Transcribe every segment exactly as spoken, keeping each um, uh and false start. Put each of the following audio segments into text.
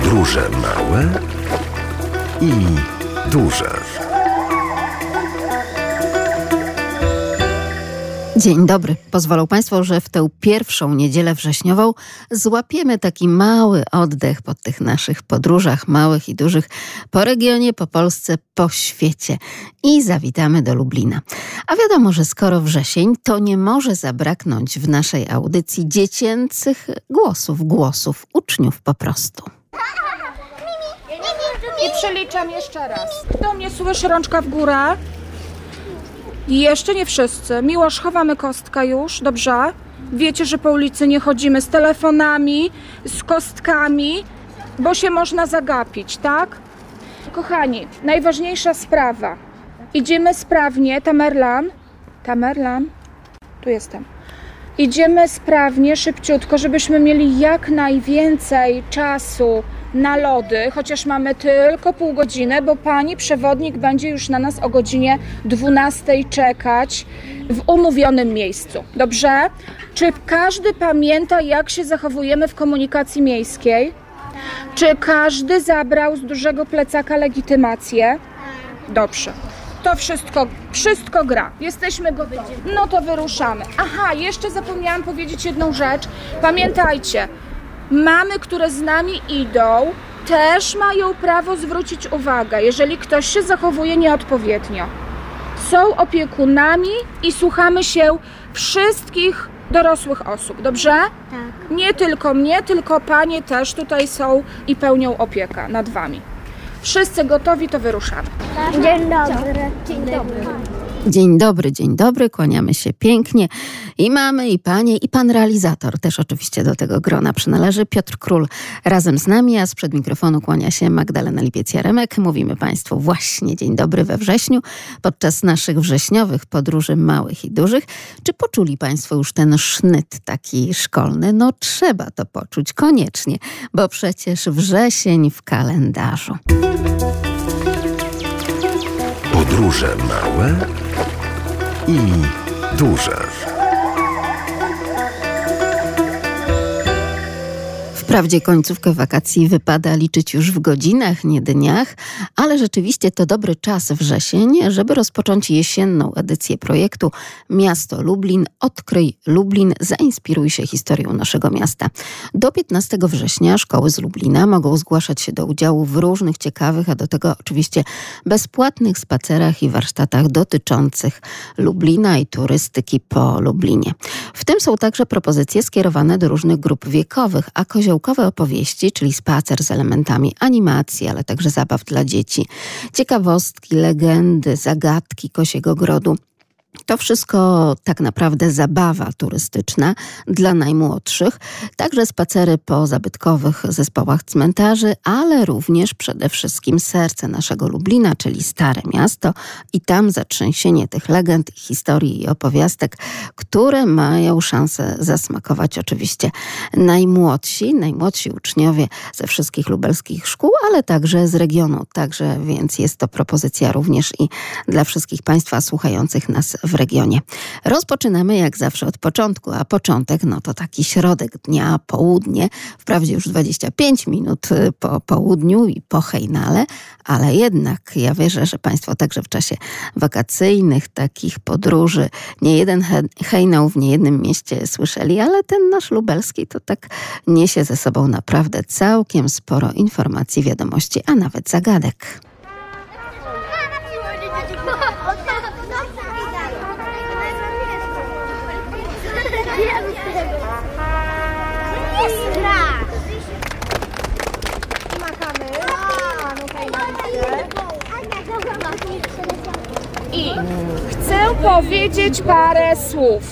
Podróże małe i duże. Dzień dobry. Pozwolą Państwo, że w tę pierwszą niedzielę wrześniową złapiemy taki mały oddech po tych naszych podróżach małych i dużych po regionie, po Polsce, po świecie i zawitamy do Lublina. A wiadomo, że skoro wrzesień, to nie może zabraknąć w naszej audycji dziecięcych głosów, głosów uczniów po prostu. I przeliczam jeszcze raz. Kto mnie słyszy, rączka w górę? Jeszcze nie wszyscy. Miłosz, chowamy kostkę już, dobrze? Wiecie, że po ulicy nie chodzimy z telefonami, z kostkami, bo się można zagapić, tak? Kochani, najważniejsza sprawa. Idziemy sprawnie, Tamerlan. Tamerlan? Tu jestem. Idziemy sprawnie, szybciutko, żebyśmy mieli jak najwięcej czasu na lody, chociaż mamy tylko pół godziny, bo pani przewodnik będzie już na nas o godzinie dwunastej czekać w umówionym miejscu. Dobrze? Czy każdy pamięta, jak się zachowujemy w komunikacji miejskiej? Czy każdy zabrał z dużego plecaka legitymację? Dobrze. To wszystko, wszystko gra. Jesteśmy gotowi. No to wyruszamy. Aha, jeszcze zapomniałam powiedzieć jedną rzecz. Pamiętajcie, mamy, które z nami idą, też mają prawo zwrócić uwagę, jeżeli ktoś się zachowuje nieodpowiednio. Są opiekunami i słuchamy się wszystkich dorosłych osób, dobrze? Tak. Nie tylko mnie, tylko panie też tutaj są i pełnią opiekę nad wami. Wszyscy gotowi, to wyruszamy. Dzień dobry. Dzień dobry. Dzień dobry, dzień dobry, kłaniamy się pięknie i mamy, i panie, i pan realizator też oczywiście do tego grona przynależy, Piotr Król razem z nami, a sprzed mikrofonu kłania się Magdalena Lipiec-Jaremek. Mówimy Państwu właśnie dzień dobry we wrześniu, podczas naszych wrześniowych podróży małych i dużych. Czy poczuli Państwo już ten sznyt taki szkolny? No trzeba to poczuć koniecznie, bo przecież wrzesień w kalendarzu. Podróże małe i duże. Wprawdzie końcówkę wakacji wypada liczyć już w godzinach, nie dniach, ale rzeczywiście to dobry czas wrzesień, żeby rozpocząć jesienną edycję projektu Miasto Lublin, odkryj Lublin, zainspiruj się historią naszego miasta. Do piętnastego września szkoły z Lublina mogą zgłaszać się do udziału w różnych ciekawych, a do tego oczywiście bezpłatnych spacerach i warsztatach dotyczących Lublina i turystyki po Lublinie. W tym są także propozycje skierowane do różnych grup wiekowych, a koziołkowe opowieści, czyli spacer z elementami animacji, ale także zabaw dla dzieci, ciekawostki, legendy, zagadki Kosiego Grodu. To wszystko tak naprawdę zabawa turystyczna dla najmłodszych, także spacery po zabytkowych zespołach cmentarzy, ale również przede wszystkim serce naszego Lublina, czyli Stare Miasto i tam zatrzęsienie tych legend, historii i opowiastek, które mają szansę zasmakować oczywiście najmłodsi, najmłodsi uczniowie ze wszystkich lubelskich szkół, ale także z regionu, także więc jest to propozycja również i dla wszystkich Państwa słuchających nas w regionie. Rozpoczynamy jak zawsze od początku, a początek no to taki środek dnia, południe, wprawdzie już dwadzieścia pięć minut po południu i po hejnale, ale jednak ja wierzę, że Państwo także w czasie wakacyjnych takich podróży nie jeden hejnał w niejednym mieście słyszeli, ale ten nasz lubelski to tak niesie ze sobą naprawdę całkiem sporo informacji, wiadomości, a nawet zagadek. I chcę powiedzieć parę słów.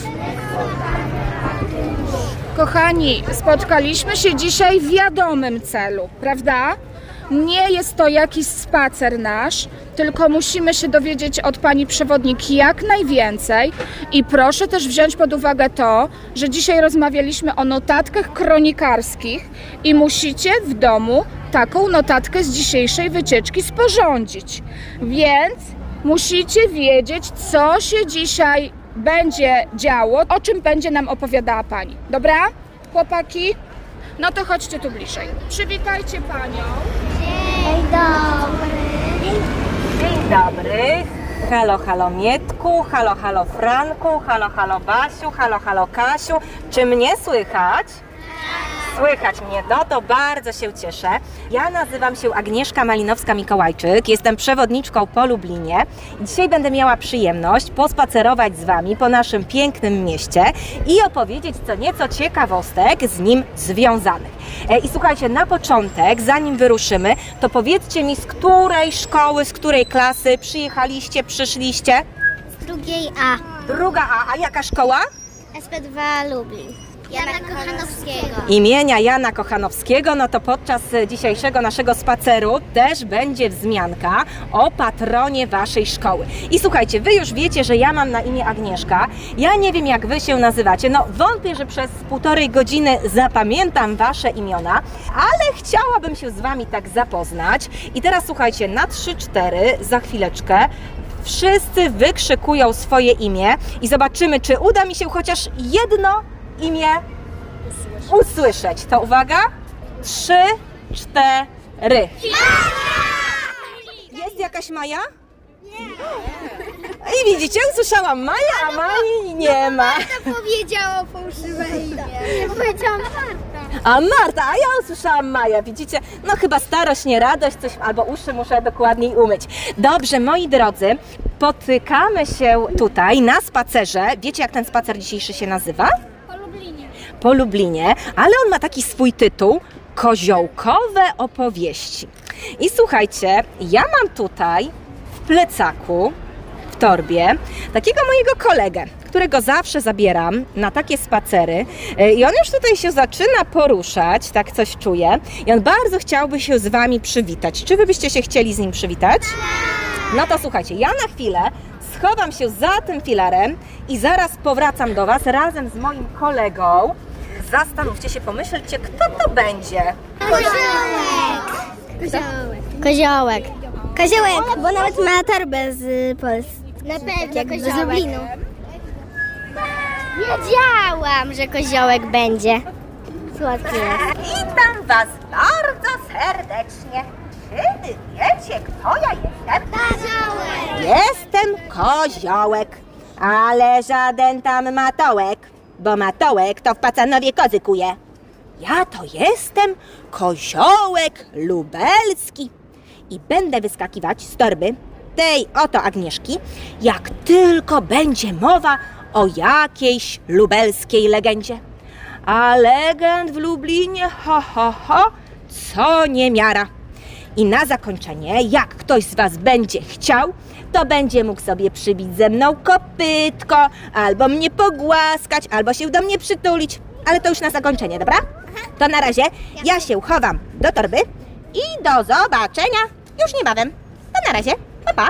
Kochani, spotkaliśmy się dzisiaj w wiadomym celu, prawda? Nie jest to jakiś spacer nasz, tylko musimy się dowiedzieć od pani przewodnik jak najwięcej i proszę też wziąć pod uwagę to, że dzisiaj rozmawialiśmy o notatkach kronikarskich i musicie w domu taką notatkę z dzisiejszej wycieczki sporządzić. Więc musicie wiedzieć, co się dzisiaj będzie działo, o czym będzie nam opowiadała pani. Dobra? Chłopaki? No to chodźcie tu bliżej. Przywitajcie panią. Dzień dobry. Dzień dobry. Halo, halo Mietku, halo, halo Franku, halo, halo Basiu, halo, halo Kasiu. Czy mnie słychać? Słychać mnie, no to bardzo się cieszę. Ja nazywam się Agnieszka Malinowska-Mikołajczyk, jestem przewodniczką po Lublinie. Dzisiaj będę miała przyjemność pospacerować z Wami po naszym pięknym mieście i opowiedzieć co nieco ciekawostek z nim związanych. E, I słuchajcie, na początek, zanim wyruszymy, to powiedzcie mi, z której szkoły, z której klasy przyjechaliście, przyszliście? Z drugiej A. Druga A, a jaka szkoła? S P dwa Lublin. Jana Kochanowskiego. Imienia Jana Kochanowskiego, no to podczas dzisiejszego naszego spaceru też będzie wzmianka o patronie Waszej szkoły. I słuchajcie, Wy już wiecie, że ja mam na imię Agnieszka. Ja nie wiem, jak Wy się nazywacie. No wątpię, że przez półtorej godziny zapamiętam Wasze imiona, ale chciałabym się z Wami tak zapoznać. I teraz słuchajcie, na trzy cztery za chwileczkę wszyscy wykrzykują swoje imię i zobaczymy, czy uda mi się chociaż jedno imię usłyszeć. To uwaga, trzy, cztery. Jest jakaś Maja? Nie. I widzicie, usłyszałam Maja, a Mai nie ma. Powiedziała fałszywe imię. Nie powiedziałam Marta. A Marta, a ja usłyszałam Maja, widzicie? No chyba starość, nie radość, coś, albo uszy muszę dokładniej umyć. Dobrze, moi drodzy, potykamy się tutaj na spacerze. Wiecie, jak ten spacer dzisiejszy się nazywa? Po Lublinie, ale on ma taki swój tytuł – Koziołkowe opowieści. I słuchajcie, ja mam tutaj w plecaku, w torbie, takiego mojego kolegę, którego zawsze zabieram na takie spacery i on już tutaj się zaczyna poruszać, tak coś czuję, i on bardzo chciałby się z Wami przywitać. Czy Wy byście się chcieli z nim przywitać? No to słuchajcie, ja na chwilę schowam się za tym filarem i zaraz powracam do Was razem z moim kolegą. Zastanówcie się, pomyślcie, kto to będzie. Koziołek. Koziołek. Koziołek. Koziołek, bo nawet ma torbę z Polski. Na pewno koziołek. Z Lublinu. Wiedziałam, że koziołek będzie. Słodki jest. Witam Was bardzo serdecznie. Czy Wy wiecie, kto ja jestem? Koziołek. Jestem koziołek, ale żaden tam matołek, bo matołek to w Pacanowie kozy kuje. Ja to jestem koziołek lubelski i będę wyskakiwać z torby tej oto Agnieszki, jak tylko będzie mowa o jakiejś lubelskiej legendzie. A legend w Lublinie, ho, ho, ho, co niemiara. I na zakończenie, jak ktoś z Was będzie chciał, to będzie mógł sobie przybić ze mną kopytko, albo mnie pogłaskać, albo się do mnie przytulić. Ale to już na zakończenie, dobra? To na razie ja się chowam do torby i do zobaczenia już niebawem. To na razie, pa, pa.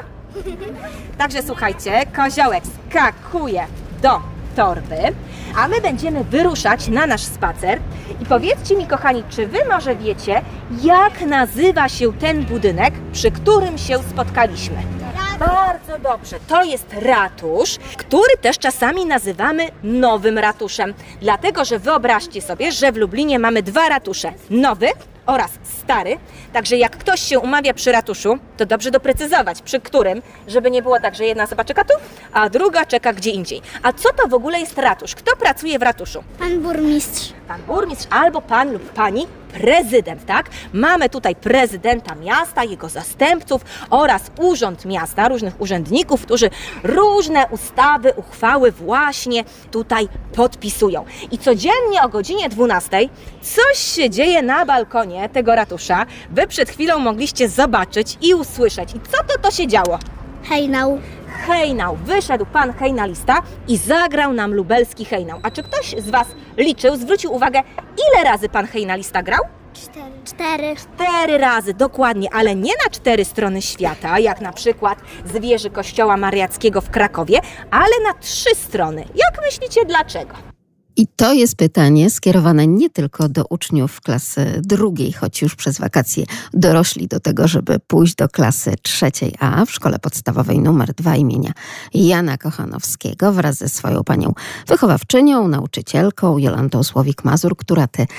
Także słuchajcie, koziołek skakuje do torby, a my będziemy wyruszać na nasz spacer. I powiedzcie mi, kochani, czy Wy może wiecie, jak nazywa się ten budynek, przy którym się spotkaliśmy? Bardzo dobrze, to jest ratusz, który też czasami nazywamy nowym ratuszem. Dlatego, że wyobraźcie sobie, że w Lublinie mamy dwa ratusze. Nowy oraz stary. Także jak ktoś się umawia przy ratuszu, to dobrze doprecyzować, przy którym, żeby nie było tak, że jedna osoba czeka tu, a druga czeka gdzie indziej. A co to w ogóle jest ratusz? Kto pracuje w ratuszu? Pan burmistrz. Pan burmistrz albo pan lub pani prezydent, tak? Mamy tutaj prezydenta miasta, jego zastępców oraz urząd miasta, różnych urzędników, którzy różne ustawy, uchwały właśnie tutaj podpisują. I codziennie o godzinie dwunastej coś się dzieje na balkonie tego ratusza. Wy przed chwilą mogliście zobaczyć i usłyszeć. I co to to się działo? Hejnał. Hejnał. Wyszedł pan hejnalista i zagrał nam lubelski hejnał. A czy ktoś z Was liczył, zwrócił uwagę, ile razy pan hejnalista grał? Cztery. Cztery. Cztery razy, dokładnie, ale nie na cztery strony świata, jak na przykład z wieży kościoła mariackiego w Krakowie, ale na trzy strony. Jak myślicie, dlaczego? I to jest pytanie skierowane nie tylko do uczniów klasy drugiej, choć już przez wakacje dorośli do tego, żeby pójść do klasy trzeciej A w szkole podstawowej numer dwa imienia Jana Kochanowskiego wraz ze swoją panią wychowawczynią, nauczycielką Jolantą Słowik-Mazur, która te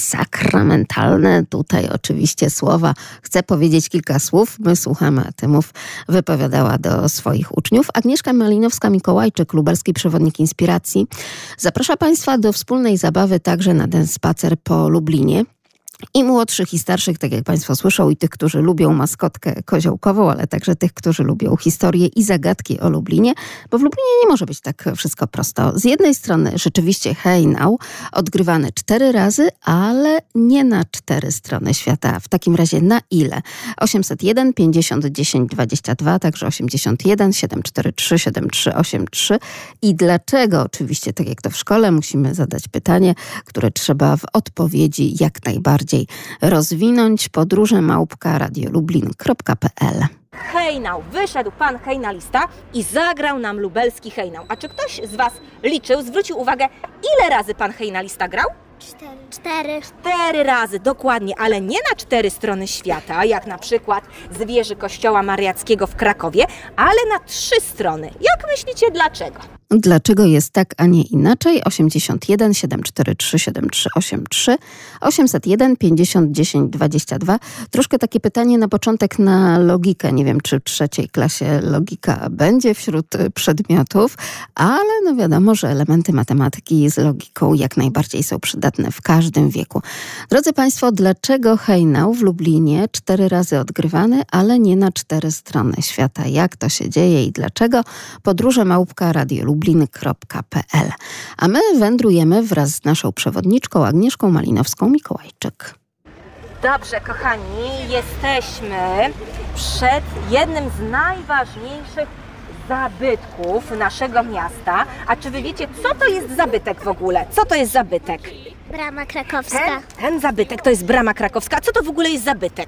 sakramentalne tutaj oczywiście słowa chce powiedzieć kilka słów. My słuchamy, a ty mów, wypowiadała do swoich uczniów. Agnieszka Malinowska-Mikołajczyk, lubelski przewodnik inspiracji, zaprasza Państwa do wspólnej zabawy także na ten spacer po Lublinie. I młodszych, i starszych, tak jak Państwo słyszą, i tych, którzy lubią maskotkę koziołkową, ale także tych, którzy lubią historię i zagadki o Lublinie, bo w Lublinie nie może być tak wszystko prosto. Z jednej strony rzeczywiście hejnał odgrywany cztery razy, ale nie na cztery strony świata. W takim razie na ile? osiemset jeden pięćdziesiąt dziesięć dwadzieścia dwa, także osiemdziesiąt jeden siedem cztery trzy siedem trzy osiem trzy. I dlaczego? Oczywiście, tak jak to w szkole, musimy zadać pytanie, które trzeba w odpowiedzi jak najbardziej rozwinąć. Podróże małpka radiolublin kropka p l. Hejnał. Wyszedł pan hejnalista i zagrał nam lubelski hejnał. A czy ktoś z was liczył, zwrócił uwagę, ile razy pan hejnalista grał? Cztery. Cztery. Cztery razy, dokładnie, ale nie na cztery strony świata, jak na przykład z wieży kościoła mariackiego w Krakowie, ale na trzy strony. Jak myślicie, dlaczego? Dlaczego jest tak, a nie inaczej? osiemdziesiąt jeden siedem cztery trzy siedem trzy osiem trzy, osiemset jeden pięćdziesiąt dziesięć dwadzieścia dwa. Troszkę takie pytanie na początek na logikę. Nie wiem, czy w trzeciej klasie logika będzie wśród przedmiotów, ale no wiadomo, że elementy matematyki z logiką jak najbardziej są przydatne w każdym wieku. Drodzy Państwo, dlaczego hejnał w Lublinie cztery razy odgrywany, ale nie na cztery strony świata? Jak to się dzieje i dlaczego? Podróże małpka radiolublin kropka p l. A my wędrujemy wraz z naszą przewodniczką Agnieszką Malinowską-Mikołajczyk. Dobrze, kochani, jesteśmy przed jednym z najważniejszych zabytków naszego miasta. A czy wy wiecie, co to jest zabytek w ogóle? Co to jest zabytek? Brama krakowska. Ten, ten zabytek to jest Brama Krakowska. A co to w ogóle jest zabytek?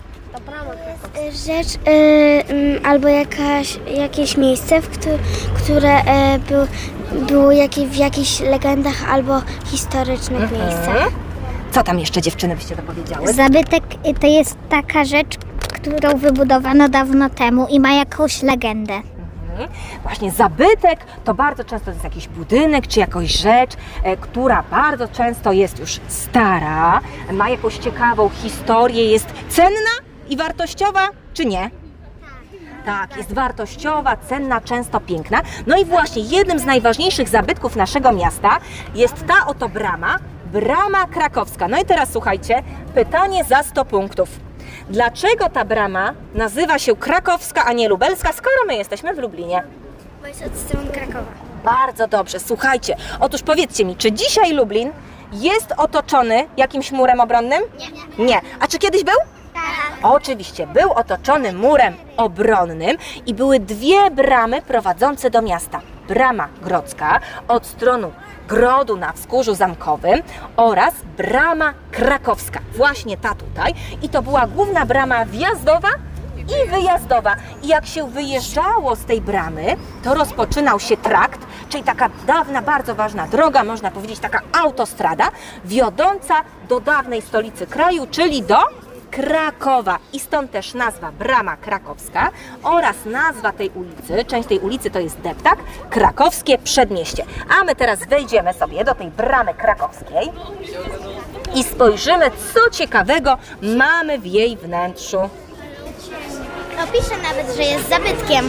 Rzecz y, y, albo jakaś, jakieś miejsce, w któ- które y, był, było jakie, w jakichś legendach albo historycznych Mhm. miejscach. Co tam jeszcze, dziewczyny, byście dopowiedziały? Zabytek to jest taka rzecz, którą wybudowano dawno temu i ma jakąś legendę. Mhm. Właśnie zabytek to bardzo często jest jakiś budynek czy jakaś rzecz, e, która bardzo często jest już stara, ma jakąś ciekawą historię, jest cenna i wartościowa, czy nie? Tak, jest wartościowa, cenna, często piękna. No i właśnie jednym z najważniejszych zabytków naszego miasta jest ta oto brama, Brama Krakowska. No i teraz słuchajcie, pytanie za sto punktów. Dlaczego ta brama nazywa się Krakowska, a nie Lubelska, skoro my jesteśmy w Lublinie? Bo jest od strony Krakowa. Bardzo dobrze, słuchajcie. Otóż powiedzcie mi, czy dzisiaj Lublin jest otoczony jakimś murem obronnym? Nie. Nie. A czy kiedyś był? Tak. Oczywiście, był otoczony murem obronnym i były dwie bramy prowadzące do miasta. Brama Grodzka od strony Grodu na Wzgórzu Zamkowym oraz Brama Krakowska, właśnie ta tutaj. I to była główna brama wjazdowa i wyjazdowa. I jak się wyjeżdżało z tej bramy, to rozpoczynał się trakt, czyli taka dawna, bardzo ważna droga, można powiedzieć taka autostrada, wiodąca do dawnej stolicy kraju, czyli do Krakowa. I stąd też nazwa Brama Krakowska oraz nazwa tej ulicy, część tej ulicy to jest deptak, Krakowskie Przedmieście. A my teraz wejdziemy sobie do tej Bramy Krakowskiej i spojrzymy, co ciekawego mamy w jej wnętrzu. No pisze nawet, że jest zabytkiem.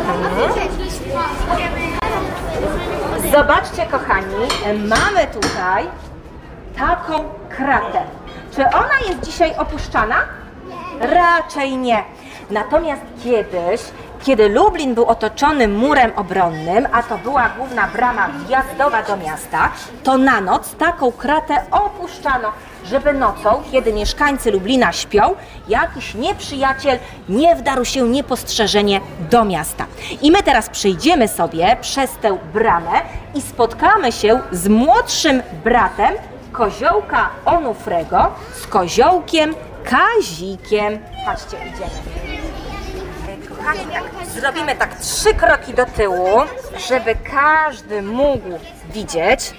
Zobaczcie, kochani, mamy tutaj taką kratę. Czy ona jest dzisiaj opuszczana? Raczej nie. Natomiast kiedyś, kiedy Lublin był otoczony murem obronnym, a to była główna brama wjazdowa do miasta, to na noc taką kratę opuszczano, żeby nocą, kiedy mieszkańcy Lublina śpią, jakiś nieprzyjaciel nie wdarł się niepostrzeżenie do miasta. I my teraz przejdziemy sobie przez tę bramę i spotkamy się z młodszym bratem koziołka Onufrego, z koziołkiem Kazikiem. Patrzcie, idziemy. Kochani, tak, zrobimy tak trzy kroki do tyłu, żeby każdy mógł widzieć.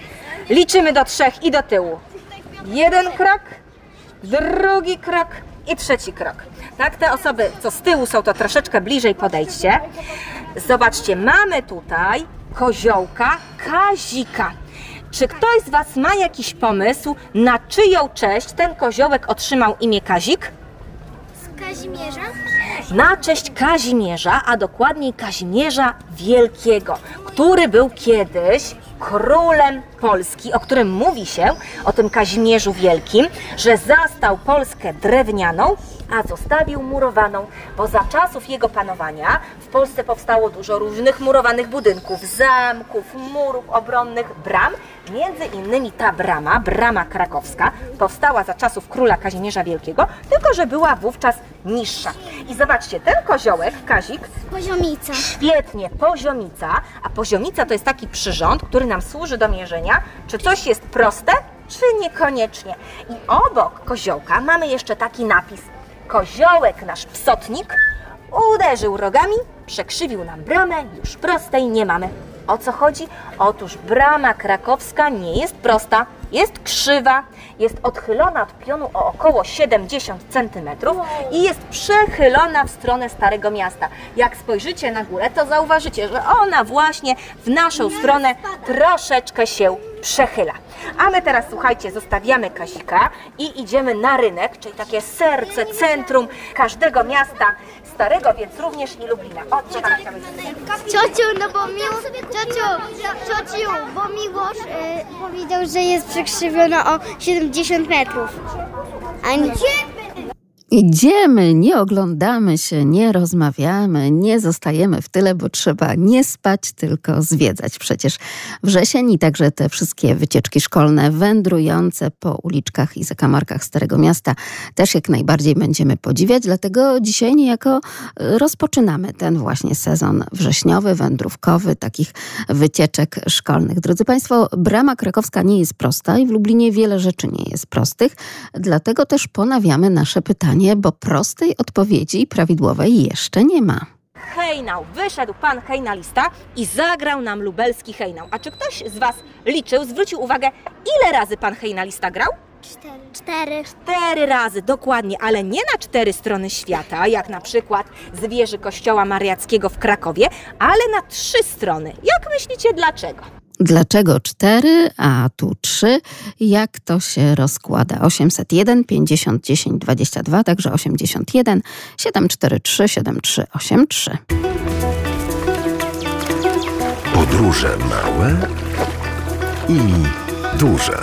Liczymy do trzech i do tyłu. Jeden krok, drugi krok i trzeci krok. Tak, te osoby, co z tyłu są, to troszeczkę bliżej podejdźcie. Zobaczcie, mamy tutaj koziołka Kazika. Czy ktoś z Was ma jakiś pomysł, na czyją cześć ten koziołek otrzymał imię Kazik? Z Kazimierza? Na cześć Kazimierza, a dokładniej Kazimierza Wielkiego, który był kiedyś królem Polski, o którym mówi się, o tym Kazimierzu Wielkim, że zastał Polskę drewnianą, a zostawił murowaną, bo za czasów jego panowania w Polsce powstało dużo różnych murowanych budynków, zamków, murów obronnych, bram. Między innymi ta brama, brama krakowska, powstała za czasów króla Kazimierza Wielkiego, tylko że była wówczas niższa. I zobaczcie, ten koziołek, Kazik, Poziomica. świetnie, poziomica, a poziomica to jest taki przyrząd, który nam służy do mierzenia, czy coś jest proste, czy niekoniecznie. I obok koziołka mamy jeszcze taki napis. Koziołek, nasz psotnik, uderzył rogami, przekrzywił nam bramę, już prostej nie mamy. O co chodzi? Otóż brama krakowska nie jest prosta, jest krzywa, jest odchylona od pionu o około siedemdziesiąt centymetrów i jest przechylona w stronę Starego Miasta. Jak spojrzycie na górę, to zauważycie, że ona właśnie w naszą stronę troszeczkę się przechyla. A my teraz, słuchajcie, zostawiamy Kazika i idziemy na rynek, czyli takie serce, centrum każdego miasta starego, więc również i Lublina. O, co tam chciałeś powiedzieć? Ciociu, no bo Miłosz, ciociu, ciociu, bo Miłosz y, powiedział, że jest przekrzywiona o siedemdziesiąt metrów. A nie... Idziemy, nie oglądamy się, nie rozmawiamy, nie zostajemy w tyle, bo trzeba nie spać, tylko zwiedzać. Przecież wrzesień i także te wszystkie wycieczki szkolne wędrujące po uliczkach i zakamarkach Starego Miasta też jak najbardziej będziemy podziwiać. Dlatego dzisiaj niejako rozpoczynamy ten właśnie sezon wrześniowy, wędrówkowy, takich wycieczek szkolnych. Drodzy Państwo, brama krakowska nie jest prosta i w Lublinie wiele rzeczy nie jest prostych. Dlatego też ponawiamy nasze pytanie, bo prostej odpowiedzi prawidłowej jeszcze nie ma. Hejnał. Wyszedł pan hejnalista i zagrał nam lubelski hejnał. A czy ktoś z Was liczył, zwrócił uwagę, ile razy pan hejnalista grał? Cztery. Cztery. Cztery razy, dokładnie, ale nie na cztery strony świata, jak na przykład z wieży kościoła mariackiego w Krakowie, ale na trzy strony. Jak myślicie, dlaczego? Dlaczego cztery, a tu trzy? Jak to się rozkłada? osiemset jeden, pięćdziesiąt, dziesięć, dwadzieścia dwa, także osiemdziesiąt jeden, siedem cztery trzy, siedem trzy osiem trzy. Podróże małe i duże.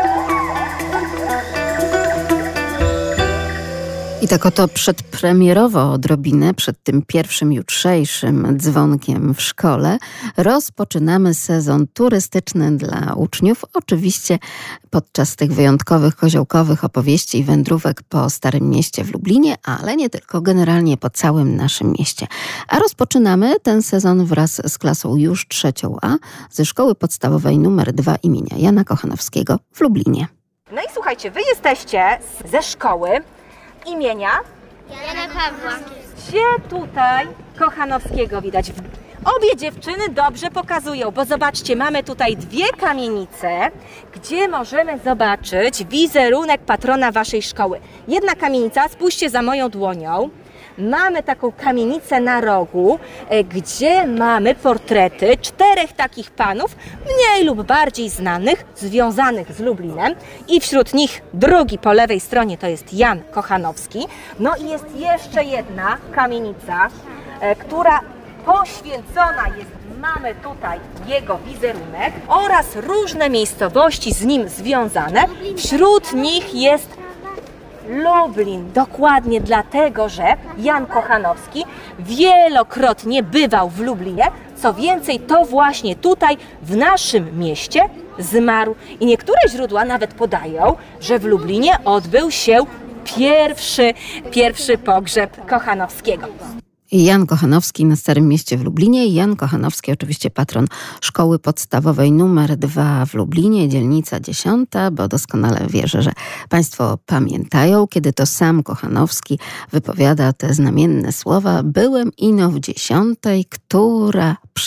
I tak oto przedpremierowo odrobinę, przed tym pierwszym jutrzejszym dzwonkiem w szkole, rozpoczynamy sezon turystyczny dla uczniów. Oczywiście podczas tych wyjątkowych koziołkowych opowieści i wędrówek po Starym Mieście w Lublinie, ale nie tylko, generalnie po całym naszym mieście. A rozpoczynamy ten sezon wraz z klasą już trzecią A ze szkoły podstawowej numer dwa imienia Jana Kochanowskiego w Lublinie. No i słuchajcie, Wy jesteście ze szkoły imienia Jana Pawła. Gdzie tutaj Kochanowskiego widać? Obie dziewczyny dobrze pokazują, bo zobaczcie, mamy tutaj dwie kamienice, gdzie możemy zobaczyć wizerunek patrona Waszej szkoły. Jedna kamienica, spójrzcie za moją dłonią, mamy taką kamienicę na rogu, gdzie mamy portrety czterech takich panów, mniej lub bardziej znanych, związanych z Lublinem. I wśród nich drugi po lewej stronie to jest Jan Kochanowski. No i jest jeszcze jedna kamienica, która poświęcona jest, mamy tutaj jego wizerunek oraz różne miejscowości z nim związane. Wśród nich jest Lublin, dokładnie dlatego, że Jan Kochanowski wielokrotnie bywał w Lublinie. Co więcej, to właśnie tutaj, w naszym mieście, zmarł. I niektóre źródła nawet podają, że w Lublinie odbył się pierwszy, pierwszy pogrzeb Kochanowskiego. Jan Kochanowski na Starym Mieście w Lublinie. Jan Kochanowski, oczywiście patron szkoły podstawowej numer dwa w Lublinie, dzielnica dziesiąta, bo doskonale wierzę, że Państwo pamiętają, kiedy to sam Kochanowski wypowiada te znamienne słowa: byłem ino w dziesiątej, która przy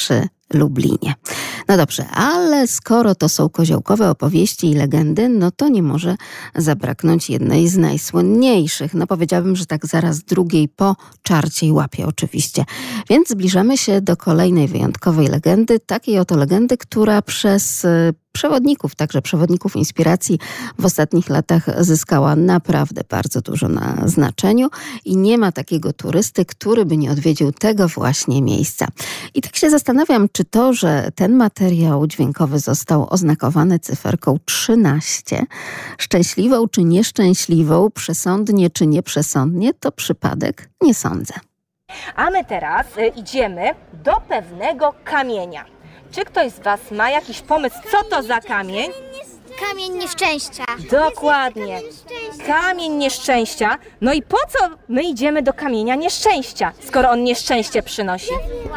Lublinie. No dobrze, ale skoro to są koziołkowe opowieści i legendy, no to nie może zabraknąć jednej z najsłynniejszych. No powiedziałabym, że tak zaraz drugiej po Czarciej Łapie oczywiście. Więc zbliżamy się do kolejnej wyjątkowej legendy, takiej oto legendy, która przez przewodników, także przewodników inspiracji w ostatnich latach zyskała naprawdę bardzo dużo na znaczeniu i nie ma takiego turysty, który by nie odwiedził tego właśnie miejsca. I tak się zastanawiam, czy to, że ten materiał dźwiękowy został oznakowany cyferką trzynaście, szczęśliwą czy nieszczęśliwą, przesądnie czy nieprzesądnie, to przypadek? Nie sądzę. A my teraz y, idziemy do pewnego kamienia. Czy ktoś z Was ma jakiś pomysł, co to za kamień? Kamień nieszczęścia. Dokładnie. Kamień nieszczęścia. No i po co my idziemy do kamienia nieszczęścia, skoro on nieszczęście przynosi?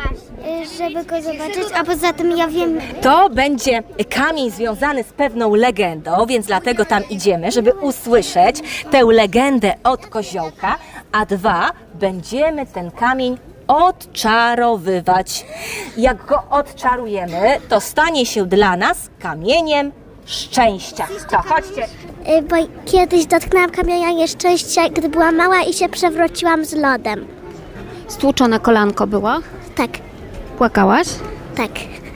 Żeby go zobaczyć, a poza tym ja wiem... To będzie kamień związany z pewną legendą, więc dlatego tam idziemy, żeby usłyszeć tę legendę od koziołka, a dwa, będziemy ten kamień odczarowywać. Jak go odczarujemy, to stanie się dla nas kamieniem szczęścia. To chodźcie. Bo kiedyś dotknęłam kamienia nieszczęścia, gdy była mała i się przewróciłam z lodem. Stłuczone kolanko była? Tak, Płakałaś? tak.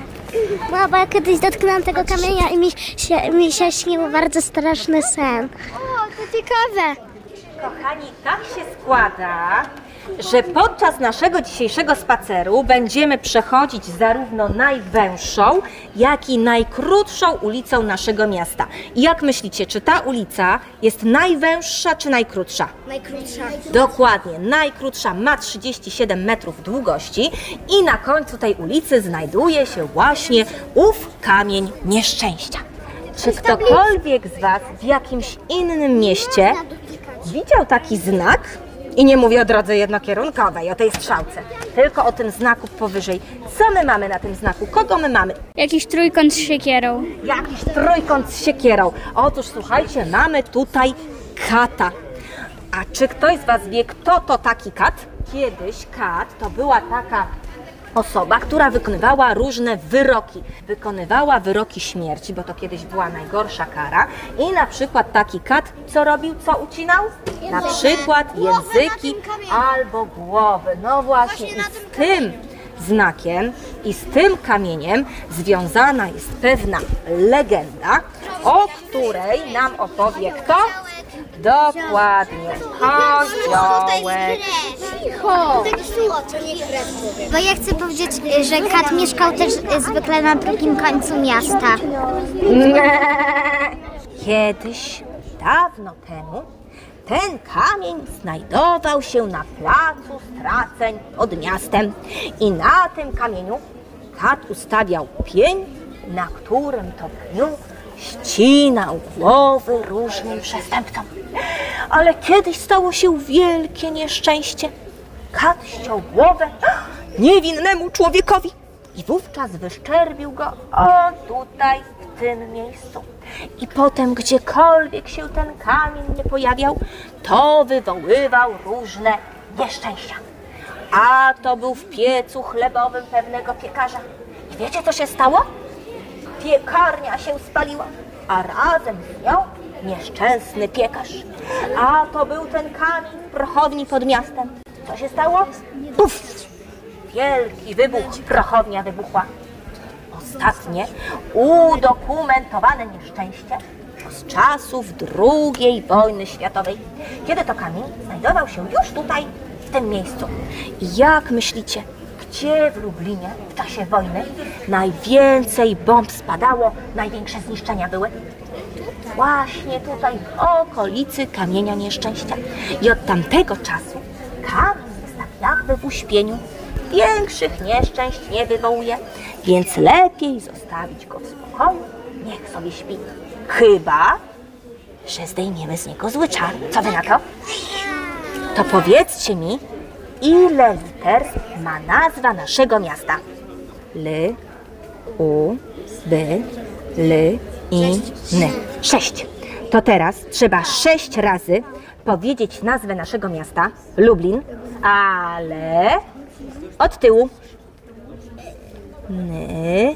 No, bo ja kiedyś dotknęłam tego kamienia i mi się, mi się śnił bardzo straszny sen. O, to ciekawe. Kochani, tak się składa, że podczas naszego dzisiejszego spaceru będziemy przechodzić zarówno najwęższą, jak i najkrótszą ulicą naszego miasta. I jak myślicie, czy ta ulica jest najwęższa czy najkrótsza? Najkrótsza. Dokładnie, najkrótsza, ma trzydzieści siedem metrów długości i na końcu tej ulicy znajduje się właśnie ów kamień nieszczęścia. Czy ktokolwiek z Was w jakimś innym mieście widział taki znak? I nie mówię o drodze jednokierunkowej, o tej strzałce, tylko o tym znaku powyżej. Co my mamy na tym znaku? Kogo my mamy? Jakiś trójkąt z siekierą. Jakiś trójkąt z siekierą. Otóż słuchajcie, mamy tutaj kata. A czy ktoś z Was wie, kto to taki kat? Kiedyś kat to była taka osoba, która wykonywała różne wyroki. Wykonywała wyroki śmierci, bo to kiedyś była najgorsza kara. I na przykład taki kat, co robił, co ucinał? Na przykład języki albo głowy. No właśnie, i z tym znakiem i z tym kamieniem związana jest pewna legenda, o której nam opowie kto? Dokładnie, koziołek. Cicho! Bo ja chcę powiedzieć, że kat mieszkał też zwykle na drugim końcu miasta. Kiedyś, dawno temu, ten kamień znajdował się na placu straceń pod miastem i na tym kamieniu kat ustawiał pień, na którym to pniu ścinał głowy różnym przestępcom. Ale kiedyś stało się wielkie nieszczęście. Kat ściął głowę niewinnemu człowiekowi i wówczas wyszczerbił go o tutaj, w tym miejscu. I potem gdziekolwiek się ten kamień nie pojawiał, to wywoływał różne nieszczęścia. A to był w piecu chlebowym pewnego piekarza. I wiecie, co się stało? Piekarnia się spaliła, a razem z nią nieszczęsny piekarz. A to był ten kamień w prochowni pod miastem. Co się stało? Puf! Wielki wybuch, prochownia wybuchła. Ostatnie udokumentowane nieszczęście z czasów drugiej wojny światowej, kiedy to kamień znajdował się już tutaj, w tym miejscu. I jak myślicie, gdzie w Lublinie w czasie wojny najwięcej bomb spadało, największe zniszczenia były? Właśnie tutaj, w okolicy kamienia nieszczęścia. I od tamtego czasu kamień jest tak jakby w uśpieniu. Większych nieszczęść nie wywołuje, więc lepiej zostawić go w spokoju, niech sobie śpi. Chyba że zdejmiemy z niego zły czar. Co wy na to? To powiedzcie mi, ile liter ma nazwa naszego miasta? L, U, B, L, I, N. Sześć. To teraz trzeba sześć razy powiedzieć nazwę naszego miasta, Lublin, ale od tyłu. Ny,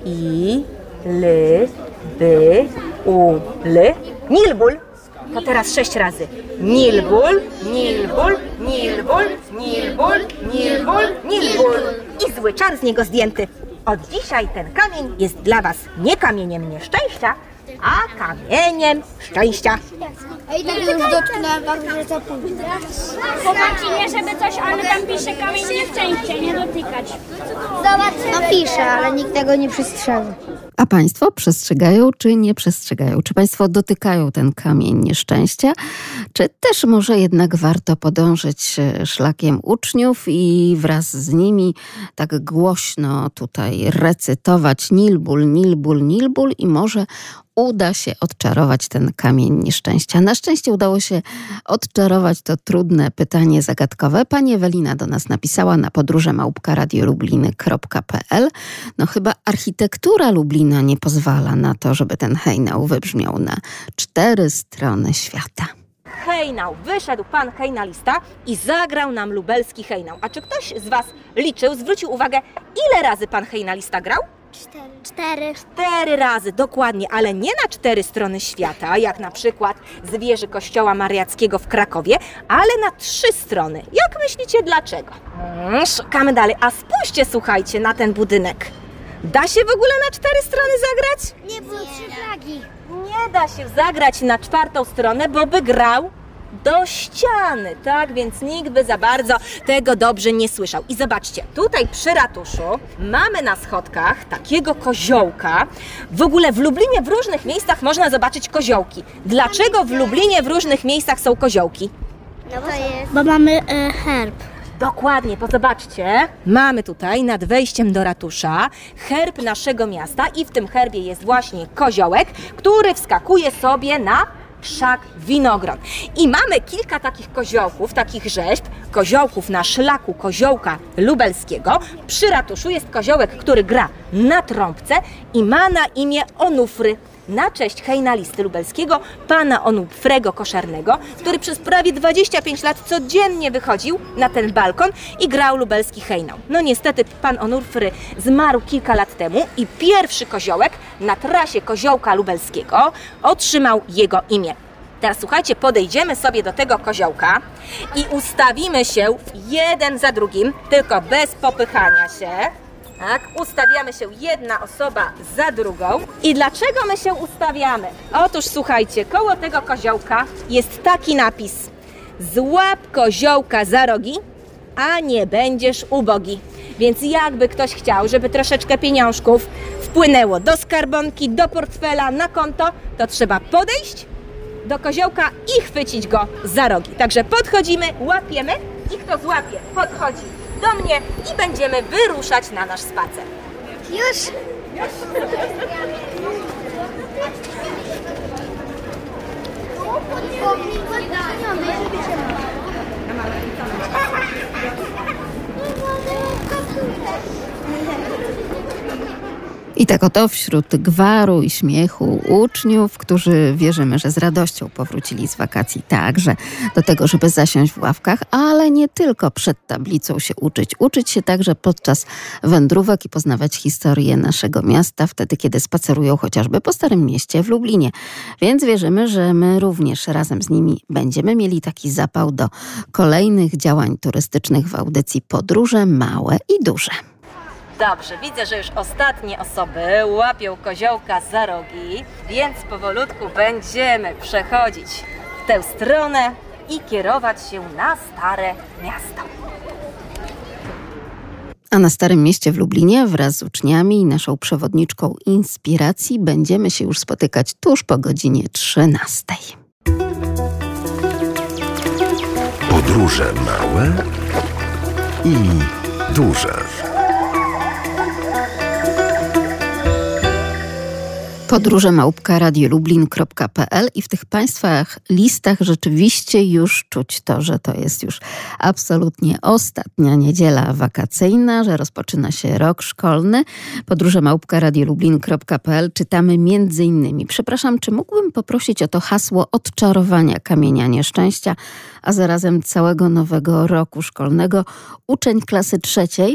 i, ly, by, u, ly. Nilbul. To teraz sześć razy. Nilbul, nilbul, nilbul, nilbul, nilbul, nilbul. I zły czar z niego zdjęty. Od dzisiaj ten kamień jest dla was nie kamieniem nieszczęścia, a kamieniem szczęścia. Ej, tak już dotknę, że to pójdzie. Chłopaki, nie żeby coś, ale tam pisze kamień nieszczęście, nie dotykać. Zobacz, no pisze, ale nikt tego nie przestrzega. A państwo przestrzegają czy nie przestrzegają? Czy państwo dotykają ten kamień nieszczęścia? Czy też może jednak warto podążyć szlakiem uczniów i wraz z nimi tak głośno tutaj recytować Nilbul, Nilbul, Nilbul i może uda się odczarować ten kamień nieszczęścia. Na szczęście udało się odczarować to trudne pytanie zagadkowe. Pani Ewelina do nas napisała na podróże małpka radio lubliny kropka p l. No chyba architektura Lublina nie pozwala na to, żeby ten hejnał wybrzmiał na cztery strony świata. Hejnał. Wyszedł pan hejnalista i zagrał nam lubelski hejnał. A czy ktoś z was liczył, zwrócił uwagę, ile razy pan hejnalista grał? Cztery. Cztery. Cztery razy, dokładnie, ale nie na cztery strony świata, jak na przykład z wieży kościoła mariackiego w Krakowie, ale na trzy strony. Jak myślicie dlaczego? Hmm, szukamy dalej, a spójrzcie, słuchajcie, na ten budynek. Da się w ogóle na cztery strony zagrać? Nie było trzy flagi. Nie da się zagrać na czwartą stronę, bo by grał do ściany, tak? Więc nikt by za bardzo tego dobrze nie słyszał. I zobaczcie, tutaj przy ratuszu mamy na schodkach takiego koziołka. W ogóle w Lublinie w różnych miejscach można zobaczyć koziołki. Dlaczego w Lublinie w różnych miejscach są koziołki? No bo jest. Bo mamy e, herb. Dokładnie, bo zobaczcie, mamy tutaj nad wejściem do ratusza herb naszego miasta i w tym herbie jest właśnie koziołek, który wskakuje sobie na krzak winogron. I mamy kilka takich koziołków, takich rzeźb, koziołków na szlaku koziołka lubelskiego. Przy ratuszu jest koziołek, który gra na trąbce i ma na imię Onufry. Na cześć hejnalisty lubelskiego, pana Onufrego Koszernego, który przez prawie dwadzieścia pięć lat codziennie wychodził na ten balkon i grał lubelski hejnał. No niestety pan Onufry zmarł kilka lat temu i pierwszy koziołek na trasie koziołka lubelskiego otrzymał jego imię. Teraz słuchajcie, podejdziemy sobie do tego koziołka i ustawimy się jeden za drugim, tylko bez popychania się. Tak, ustawiamy się jedna osoba za drugą. I dlaczego my się ustawiamy? Otóż słuchajcie, koło tego koziołka jest taki napis: złap koziołka za rogi, a nie będziesz ubogi. Więc jakby ktoś chciał, żeby troszeczkę pieniążków wpłynęło do skarbonki, do portfela, na konto, to trzeba podejść do koziołka i chwycić go za rogi. Także podchodzimy, łapiemy i kto złapie, podchodzi do mnie i będziemy wyruszać na nasz spacer. Już. I tak oto wśród gwaru i śmiechu uczniów, którzy wierzymy, że z radością powrócili z wakacji także do tego, żeby zasiąść w ławkach, ale nie tylko przed tablicą się uczyć. Uczyć się także podczas wędrówek i poznawać historię naszego miasta, wtedy kiedy spacerują chociażby po Starym Mieście w Lublinie. Więc wierzymy, że my również razem z nimi będziemy mieli taki zapał do kolejnych działań turystycznych w audycji Podróże Małe i Duże. Dobrze, widzę, że już ostatnie osoby łapią koziołka za rogi, więc powolutku będziemy przechodzić w tę stronę i kierować się na Stare Miasto. A na Starym Mieście w Lublinie wraz z uczniami i naszą przewodniczką inspiracji będziemy się już spotykać tuż po godzinie trzynastej. Podróże małe i duże. Podróże małpka radio lublin kropka p l i w tych państwach listach rzeczywiście już czuć to, że to jest już absolutnie ostatnia niedziela wakacyjna, że rozpoczyna się rok szkolny. Podróże małpka radio lublin kropka p l czytamy między innymi: przepraszam, czy mógłbym poprosić o to hasło odczarowania kamienia nieszczęścia, a zarazem całego nowego roku szkolnego. Uczeń klasy trzeciej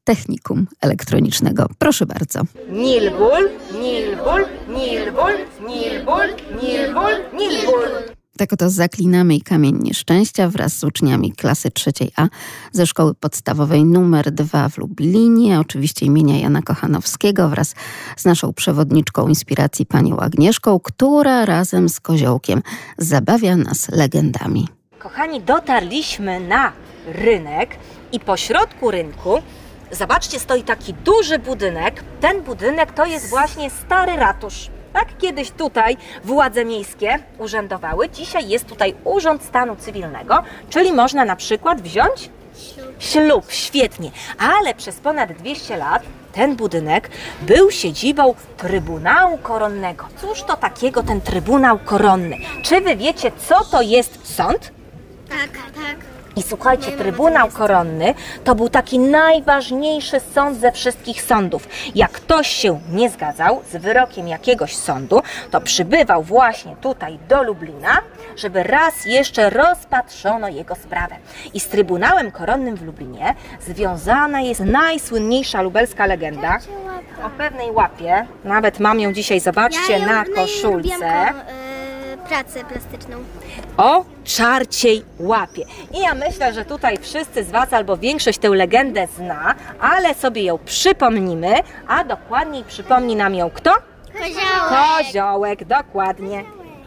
Technikum Elektronicznego. Proszę bardzo. Nilbul, nilbul, nilbul, nilbul, nilbul, nilbul. Tak oto zaklinamy i kamień nieszczęścia wraz z uczniami klasy trzeciej A ze szkoły podstawowej numer dwa w Lublinie, oczywiście imienia Jana Kochanowskiego, wraz z naszą przewodniczką inspiracji panią Agnieszką, która razem z Koziołkiem zabawia nas legendami. Kochani, dotarliśmy na rynek i po środku rynku, zobaczcie, stoi taki duży budynek. Ten budynek to jest właśnie stary ratusz. Tak kiedyś tutaj władze miejskie urzędowały. Dzisiaj jest tutaj Urząd Stanu Cywilnego, czyli można na przykład wziąć ślub. Ślub, świetnie. Ale przez ponad dwieście lat ten budynek był siedzibą Trybunału Koronnego. Cóż to takiego ten Trybunał Koronny? Czy wy wiecie, co to jest sąd? Tak, tak. I słuchajcie, Trybunał Koronny to był taki najważniejszy sąd ze wszystkich sądów. Jak ktoś się nie zgadzał z wyrokiem jakiegoś sądu, to przybywał właśnie tutaj do Lublina, żeby raz jeszcze rozpatrzono jego sprawę. I z Trybunałem Koronnym w Lublinie związana jest najsłynniejsza lubelska legenda o pewnej łapie. Nawet mam ją dzisiaj, zobaczcie, Ja ją- na no i koszulce. robiłam ko- y, pracę plastyczną. O czarciej łapie. I ja myślę, że tutaj wszyscy z Was albo większość tę legendę zna, ale sobie ją przypomnimy, a dokładniej przypomni nam ją kto? Koziołek. Koziołek, dokładnie.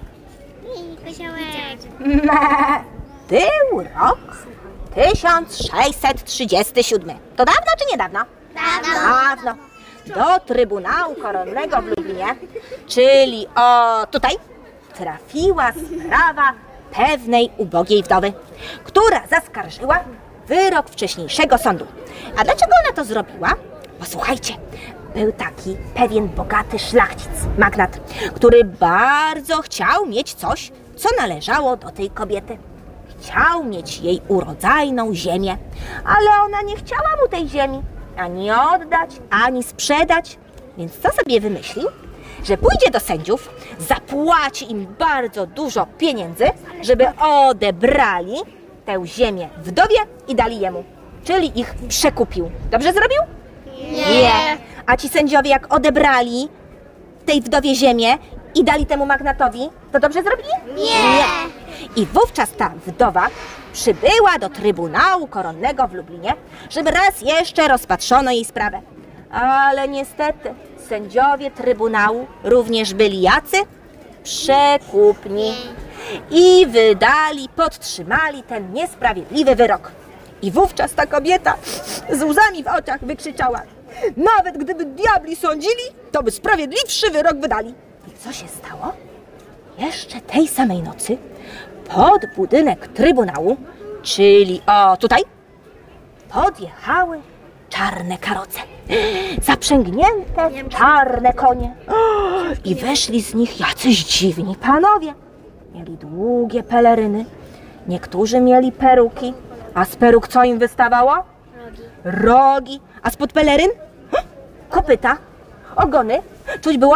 Koziołek. Był rok tysiąc sześćset trzydziesty siódmy. To dawno czy niedawno? Dawno. Dawno. Do Trybunału Koronnego w Lublinie, czyli o tutaj, trafiła sprawa pewnej ubogiej wdowy, która zaskarżyła wyrok wcześniejszego sądu. A dlaczego ona to zrobiła? Posłuchajcie, był taki pewien bogaty szlachcic, magnat, który bardzo chciał mieć coś, co należało do tej kobiety. Chciał mieć jej urodzajną ziemię, ale ona nie chciała mu tej ziemi ani oddać, ani sprzedać. Więc co sobie wymyślił? Że pójdzie do sędziów, zapłaci im bardzo dużo pieniędzy, żeby odebrali tę ziemię wdowie i dali jemu. Czyli ich przekupił. Dobrze zrobił? Nie. Nie. A ci sędziowie, jak odebrali tej wdowie ziemię i dali temu magnatowi, to dobrze zrobili? Nie. Nie. I wówczas ta wdowa przybyła do Trybunału Koronnego w Lublinie, żeby raz jeszcze rozpatrzono jej sprawę. Ale niestety sędziowie Trybunału również byli jacy? Przekupni. I wydali, podtrzymali ten niesprawiedliwy wyrok. I wówczas ta kobieta z łzami w oczach wykrzyczała: nawet gdyby diabli sądzili, to by sprawiedliwszy wyrok wydali. I co się stało? Jeszcze tej samej nocy pod budynek Trybunału, czyli o tutaj, podjechały czarne karoce, zaprzęgnięte czarne konie. I weszli z nich jacyś dziwni panowie. Mieli długie peleryny, niektórzy mieli peruki, a z peruk co im wystawało? Rogi. Rogi. A spod peleryn? Kopyta, ogony. Czuć było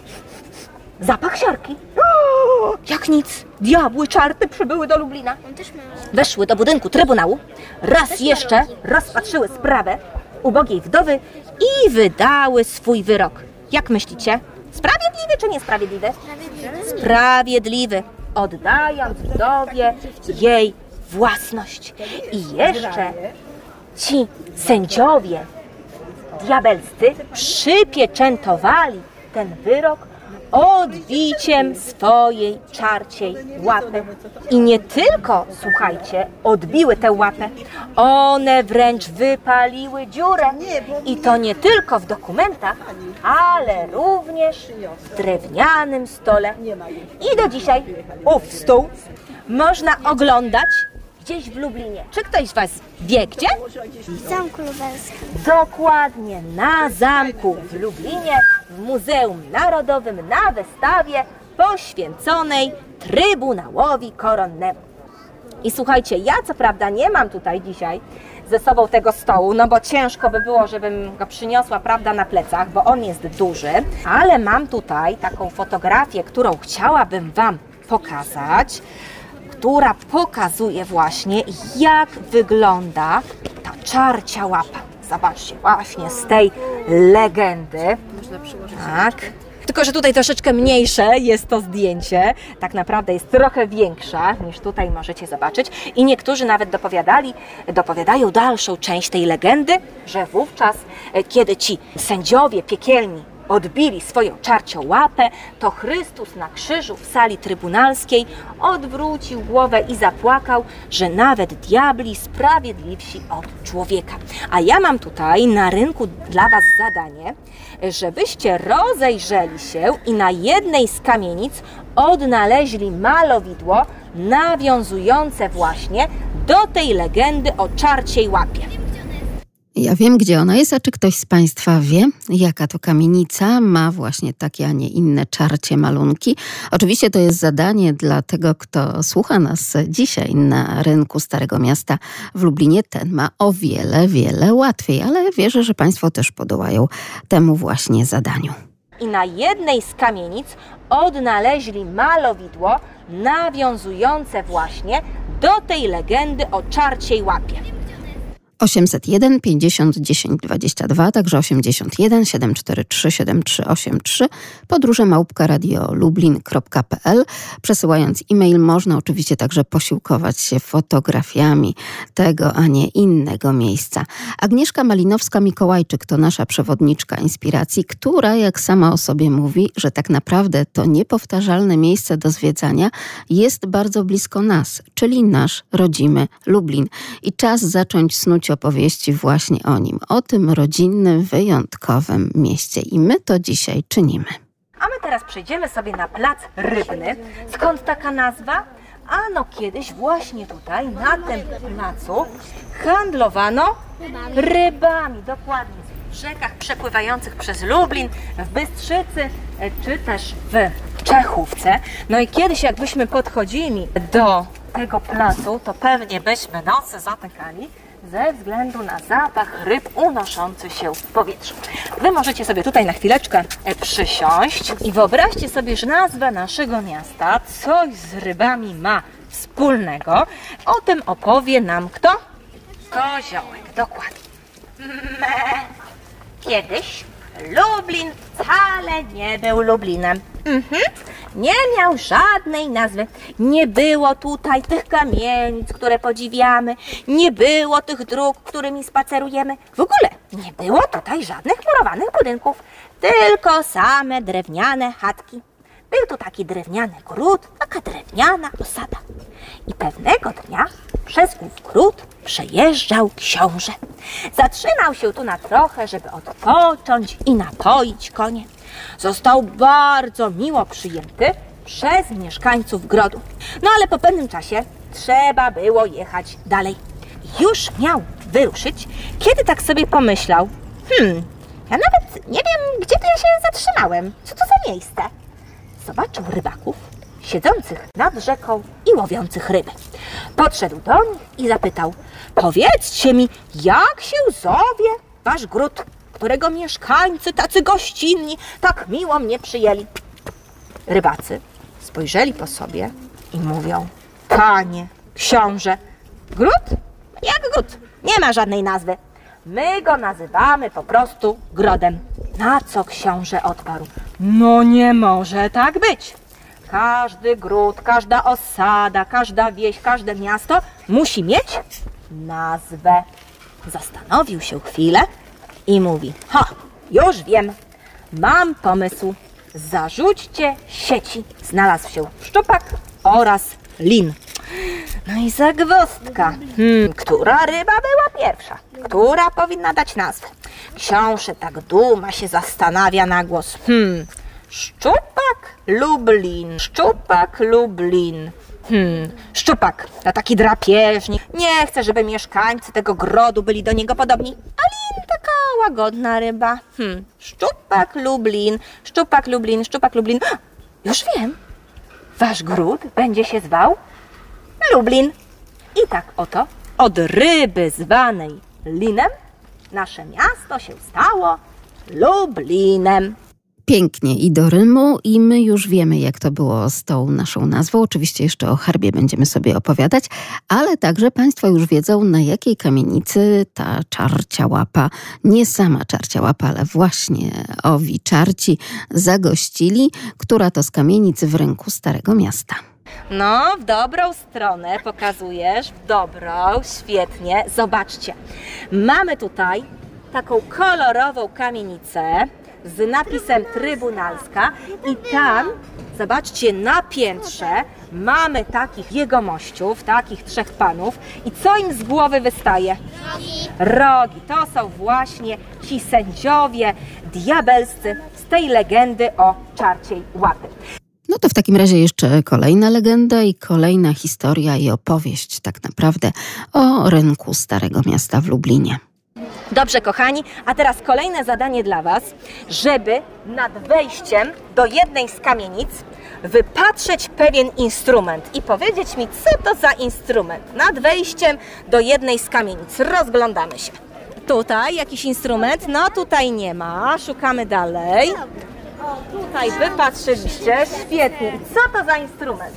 zapach siarki. Jak nic, diabły czarty przybyły do Lublina. Weszły do budynku Trybunału, raz jeszcze rozpatrzyły sprawę ubogiej wdowy i wydały swój wyrok. Jak myślicie? Sprawiedliwy czy niesprawiedliwy? Sprawiedliwy. Sprawiedliwy. Oddając wdowie jej własność. I jeszcze ci sędziowie diabelscy przypieczętowali ten wyrok odbiciem swojej czarciej łapy. I nie tylko, słuchajcie, odbiły tę łapę, one wręcz wypaliły dziurę. I to nie tylko w dokumentach, ale również w drewnianym stole. I do dzisiaj ów stół można oglądać gdzieś w Lublinie. Czy ktoś z Was wie gdzie? W Zamku Lubelskim. Dokładnie, na zamku w Lublinie, w Muzeum Narodowym, na wystawie poświęconej Trybunałowi Koronnemu. I słuchajcie, ja co prawda nie mam tutaj dzisiaj ze sobą tego stołu, no bo ciężko by było, żebym go przyniosła, prawda, na plecach, bo on jest duży, ale mam tutaj taką fotografię, którą chciałabym Wam pokazać, która pokazuje właśnie, jak wygląda ta czarcia łapa. Zobaczcie, właśnie z tej legendy. Można przyłożyć. Tak. Tylko że tutaj troszeczkę mniejsze jest to zdjęcie. Tak naprawdę jest trochę większa niż tutaj możecie zobaczyć. I niektórzy nawet dopowiadali, dopowiadają dalszą część tej legendy, że wówczas, kiedy ci sędziowie piekielni odbili swoją czarcią łapę, to Chrystus na krzyżu w sali trybunalskiej odwrócił głowę i zapłakał, że nawet diabli sprawiedliwsi od człowieka. A ja mam tutaj na rynku dla Was zadanie, żebyście rozejrzeli się i na jednej z kamienic odnaleźli malowidło nawiązujące właśnie do tej legendy o czarciej łapie. Ja wiem, gdzie ona jest, a czy ktoś z Państwa wie, jaka to kamienica ma właśnie takie, a nie inne czarcie malunki? Oczywiście to jest zadanie dla tego, kto słucha nas dzisiaj na rynku Starego Miasta w Lublinie. Ten ma o wiele, wiele łatwiej, ale wierzę, że Państwo też podołają temu właśnie zadaniu. I na jednej z kamienic odnaleźli malowidło nawiązujące właśnie do tej legendy o czarciej łapie. osiemset jeden pięćdziesiąt dziesięć dwadzieścia dwa, także osiemdziesiąt jeden siedem cztery trzy siedem trzy osiem trzy, podróże małpka radio lublin kropka p l. Przesyłając e-mail można oczywiście także posiłkować się fotografiami tego, a nie innego miejsca. Agnieszka Malinowska-Mikołajczyk to nasza przewodniczka inspiracji, która, jak sama o sobie mówi, że tak naprawdę to niepowtarzalne miejsce do zwiedzania jest bardzo blisko nas, czyli nasz rodzimy Lublin. I czas zacząć snuć opowieści właśnie o nim, o tym rodzinnym, wyjątkowym mieście. I my to dzisiaj czynimy. A my teraz przejdziemy sobie na plac Rybny. Skąd taka nazwa? Ano kiedyś właśnie tutaj, na tym placu, handlowano rybami. Dokładnie, w rzekach przepływających przez Lublin, w Bystrzycy, czy też w Czechówce. No i kiedyś jakbyśmy podchodzili do tego placu, to pewnie byśmy nosy zatykali ze względu na zapach ryb unoszący się w powietrzu. Wy możecie sobie tutaj na chwileczkę przysiąść i wyobraźcie sobie, że nazwa naszego miasta coś z rybami ma wspólnego. O tym opowie nam kto? Koziołek, dokładnie. Kiedyś Lublin wcale nie był Lublinem. Mhm. Nie miał żadnej nazwy. Nie było tutaj tych kamienic, które podziwiamy. Nie było tych dróg, którymi spacerujemy. W ogóle nie było tutaj żadnych murowanych budynków. Tylko same drewniane chatki. Był tu taki drewniany gród, taka drewniana osada. I pewnego dnia przez ów gród przejeżdżał książę. Zatrzymał się tu na trochę, żeby odpocząć i napoić konie. Został bardzo miło przyjęty przez mieszkańców grodu. No ale po pewnym czasie trzeba było jechać dalej. Już miał wyruszyć, kiedy tak sobie pomyślał: Hmm, ja nawet nie wiem, gdzie to ja się zatrzymałem. Co to za miejsce? Zobaczył rybaków siedzących nad rzeką i łowiących ryby. Podszedł do nich i zapytał: powiedzcie mi, jak się zowie wasz gród, którego mieszkańcy tacy gościnni tak miło mnie przyjęli? Rybacy spojrzeli po sobie i mówią: panie książę, gród? Jak gród? Nie ma żadnej nazwy. My go nazywamy po prostu grodem. Na co książę odparł: no nie może tak być. Każdy gród, każda osada, każda wieś, każde miasto musi mieć nazwę. Zastanowił się chwilę i mówi: ha, już wiem, mam pomysł. Zarzućcie sieci. Znalazł się szczupak oraz lin. No i zagwozdka. Hmm, która ryba była pierwsza? Która powinna dać nazwę? Książę tak duma się zastanawia na głos. Hmm, szczupak lub lin? Szczupak lub lin? Hmm, szczupak to taki drapieżnik. Nie chce, żeby mieszkańcy tego grodu byli do niego podobni. A lin taka łagodna ryba. Hmm, szczupak lub lin? Szczupak lub lin? Szczupak lub lin? Już wiem. Wasz gród będzie się zwał Lublin. I tak oto od ryby zwanej linem nasze miasto się stało Lublinem. Pięknie i do rymu i my już wiemy, jak to było z tą naszą nazwą. Oczywiście jeszcze o herbie będziemy sobie opowiadać, ale także Państwo już wiedzą, na jakiej kamienicy ta czarcia łapa, nie sama czarcia łapa, ale właśnie owi czarci zagościli, która to z kamienic w rynku Starego Miasta. No, w dobrą stronę pokazujesz, w dobrą, świetnie. Zobaczcie, mamy tutaj taką kolorową kamienicę z napisem Trybunalska i tam, zobaczcie, na piętrze mamy takich jegomościów, takich trzech panów i co im z głowy wystaje? Rogi. Rogi. To są właśnie ci sędziowie diabelscy z tej legendy o czarciej łapy. No to w takim razie jeszcze kolejna legenda i kolejna historia i opowieść tak naprawdę o rynku Starego Miasta w Lublinie. Dobrze, kochani, a teraz kolejne zadanie dla Was, żeby nad wejściem do jednej z kamienic wypatrzeć pewien instrument i powiedzieć mi, co to za instrument. Nad wejściem do jednej z kamienic rozglądamy się. Tutaj jakiś instrument? No tutaj nie ma, szukamy dalej. O, tutaj wypatrzyliście, świetnie. I co to za instrument?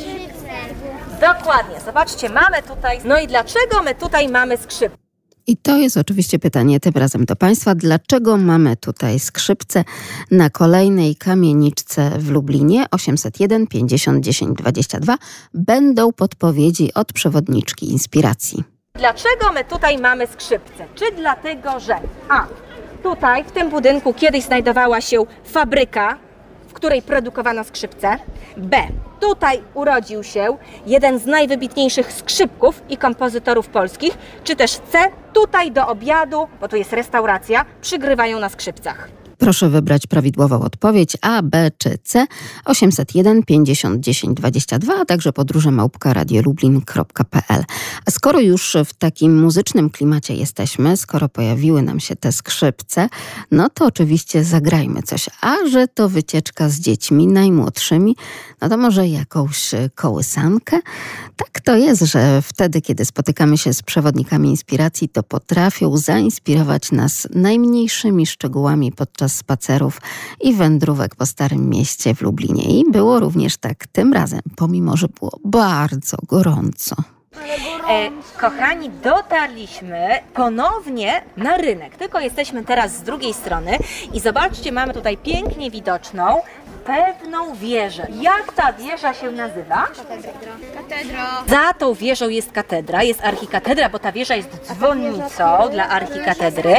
Dokładnie, zobaczcie, mamy tutaj, no i dlaczego my tutaj mamy skrzypce? I to jest oczywiście pytanie tym razem do Państwa. Dlaczego mamy tutaj skrzypce na kolejnej kamieniczce w Lublinie? osiemset jeden pięćdziesiąt dziesięć dwadzieścia dwa będą podpowiedzi od przewodniczki inspiracji. Dlaczego my tutaj mamy skrzypce? Czy dlatego, że a. Tutaj w tym budynku kiedyś znajdowała się fabryka, w której produkowano skrzypce. B. Tutaj urodził się jeden z najwybitniejszych skrzypków i kompozytorów polskich. Czy też C. Tutaj do obiadu, bo tu jest restauracja, przygrywają na skrzypcach. Proszę wybrać prawidłową odpowiedź A, B czy C. osiemset jeden pięćdziesiąt dziesięć dwadzieścia dwa, a także podróże małpka radiolublin kropka p l. A skoro już w takim muzycznym klimacie jesteśmy, skoro pojawiły nam się te skrzypce, no to oczywiście zagrajmy coś. A że to wycieczka z dziećmi najmłodszymi, no to może jakąś kołysankę? Tak to jest, że wtedy, kiedy spotykamy się z przewodnikami inspiracji, to potrafią zainspirować nas najmniejszymi szczegółami podczas spacerów i wędrówek po Starym Mieście w Lublinie. I było również tak tym razem, pomimo że było bardzo gorąco. E, kochani, dotarliśmy ponownie na rynek, tylko jesteśmy teraz z drugiej strony i zobaczcie, mamy tutaj pięknie widoczną pewną wieżę. Jak ta wieża się nazywa? Katedra. Za tą wieżą jest katedra, jest archikatedra, bo ta wieża jest dzwonnicą dla archikatedry.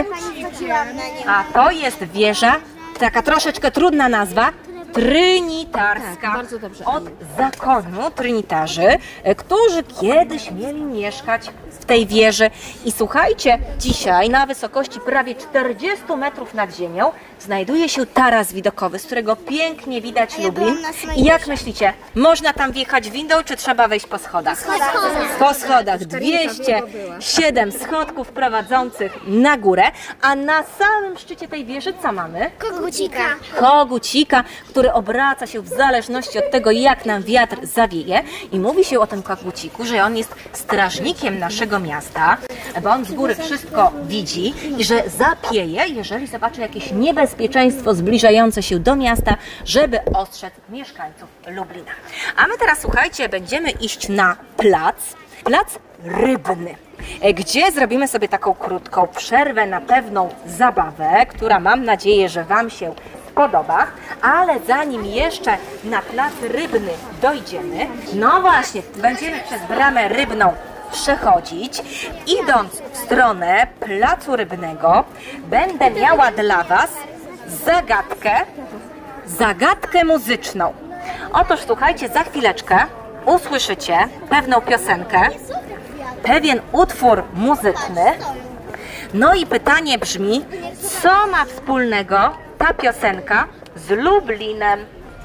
A to jest wieża, taka troszeczkę trudna nazwa, Trinitarska, bardzo dobrze. Od zakonu trynitarzy, którzy kiedyś mieli mieszkać w tej wieży. I słuchajcie, dzisiaj na wysokości prawie czterdziestu metrów nad ziemią znajduje się taras widokowy, z którego pięknie widać Lublin. I jak myślicie, można tam wjechać windą, czy trzeba wejść po schodach? Po schodach. dwieście siedem schodków prowadzących na górę, a na samym szczycie tej wieży co mamy? Kogucika. Kogucika, który obraca się w zależności od tego, jak nam wiatr zawieje. I mówi się o tym koguciku, że on jest strażnikiem naszego miasta, bo on z góry wszystko widzi i że zapieje, jeżeli zobaczy jakieś niebezpieczeństwo zbliżające się do miasta, żeby ostrzec mieszkańców Lublina. A my teraz, słuchajcie, będziemy iść na plac, plac rybny, gdzie zrobimy sobie taką krótką przerwę na pewną zabawę, która mam nadzieję, że Wam się podoba, ale zanim jeszcze na plac rybny dojdziemy, no właśnie, będziemy przez bramę rybną przechodzić. Idąc w stronę placu rybnego, będę miała dla Was zagadkę, zagadkę muzyczną. Otóż słuchajcie, za chwileczkę usłyszycie pewną piosenkę, pewien utwór muzyczny. No i pytanie brzmi, co ma wspólnego ta piosenka z Lublinem?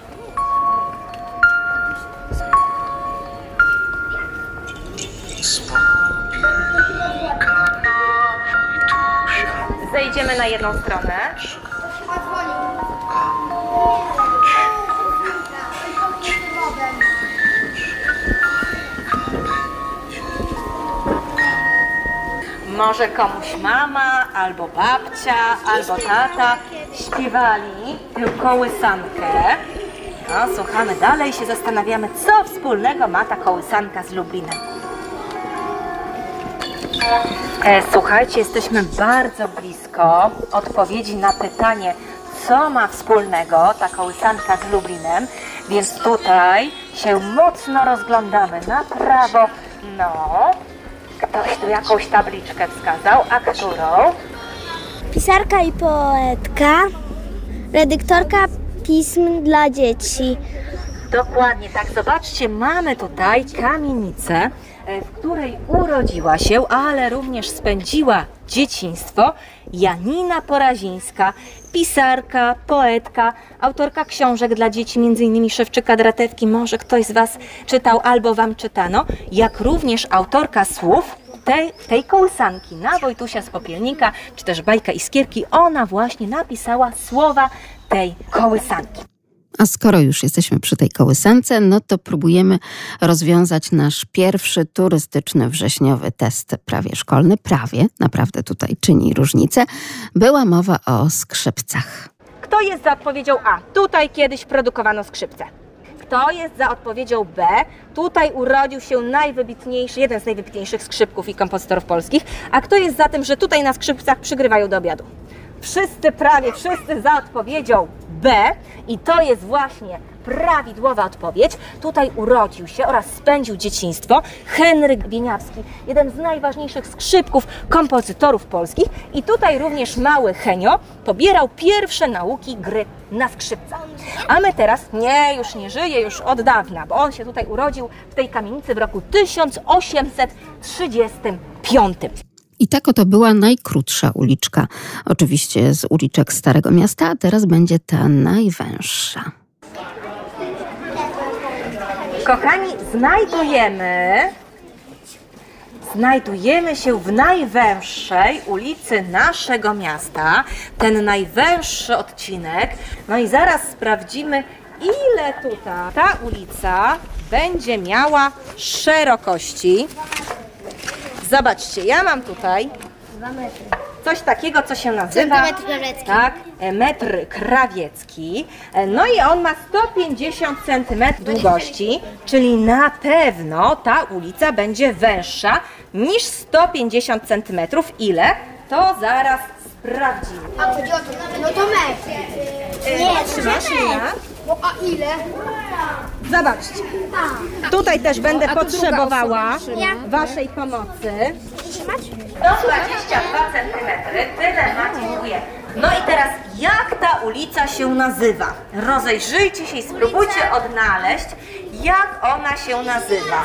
Zejdziemy na jedną stronę. Może komuś mama, albo babcia, albo tata śpiewali tę kołysankę. No, słuchamy dalej, się zastanawiamy, co wspólnego ma ta kołysanka z Lublinem. E, słuchajcie, jesteśmy bardzo blisko odpowiedzi na pytanie, co ma wspólnego ta kołysanka z Lublinem, więc tutaj się mocno rozglądamy na prawo. No, ktoś tu jakąś tabliczkę wskazał, a którą? Pisarka i poetka, redaktorka pism dla dzieci. Dokładnie tak, zobaczcie, mamy tutaj kamienicę, w której urodziła się, ale również spędziła dzieciństwo Janina Porazińska, pisarka, poetka, autorka książek dla dzieci, między innymi Szewczyka, Dratewki, może ktoś z Was czytał albo Wam czytano, jak również autorka słów tej, tej kołysanki na Wojtusia z Popielnika, czy też Bajka Iskierki. Ona właśnie napisała słowa tej kołysanki. A skoro już jesteśmy przy tej kołysance, no to próbujemy rozwiązać nasz pierwszy turystyczny wrześniowy test prawie szkolny. Prawie, naprawdę tutaj czyni różnicę. Była mowa o skrzypcach. Kto jest za odpowiedzią A? Tutaj kiedyś produkowano skrzypce. Kto jest za odpowiedzią B? Tutaj urodził się najwybitniejszy, jeden z najwybitniejszych skrzypków i kompozytorów polskich. A kto jest za tym, że tutaj na skrzypcach przygrywają do obiadu? Wszyscy, prawie wszyscy za odpowiedzią B i to jest właśnie prawidłowa odpowiedź. Tutaj urodził się oraz spędził dzieciństwo Henryk Bieniawski, jeden z najważniejszych skrzypków, kompozytorów polskich i tutaj również mały Henio pobierał pierwsze nauki gry na skrzypcach. A my teraz, nie, już nie żyje, już od dawna, bo on się tutaj urodził w tej kamienicy w roku tysiąc osiemset trzydziestym piątym. I tak oto była najkrótsza uliczka, oczywiście z uliczek Starego Miasta, a teraz będzie ta najwęższa. Kochani, znajdujemy, znajdujemy się w najwęższej ulicy naszego miasta, ten najwęższy odcinek. No i zaraz sprawdzimy, ile tutaj ta ulica będzie miała szerokości. Zobaczcie, ja mam tutaj coś takiego, co się nazywa Metr krawiecki. tak, metr krawiecki. No i on ma sto pięćdziesiąt centymetrów długości, czyli na pewno ta ulica będzie węższa niż sto pięćdziesiąt centymetrów. Ile? To zaraz sprawdzimy. A chodzi o to, no to metr. Nie, trzymasz Lina? No a ile? Zobaczcie. Tutaj też będę potrzebowała Waszej pomocy. sto dwadzieścia dwa centymetry, tyle ma, dziękuję. No i teraz, jak ta ulica się nazywa? Rozejrzyjcie się i spróbujcie odnaleźć, jak ona się nazywa.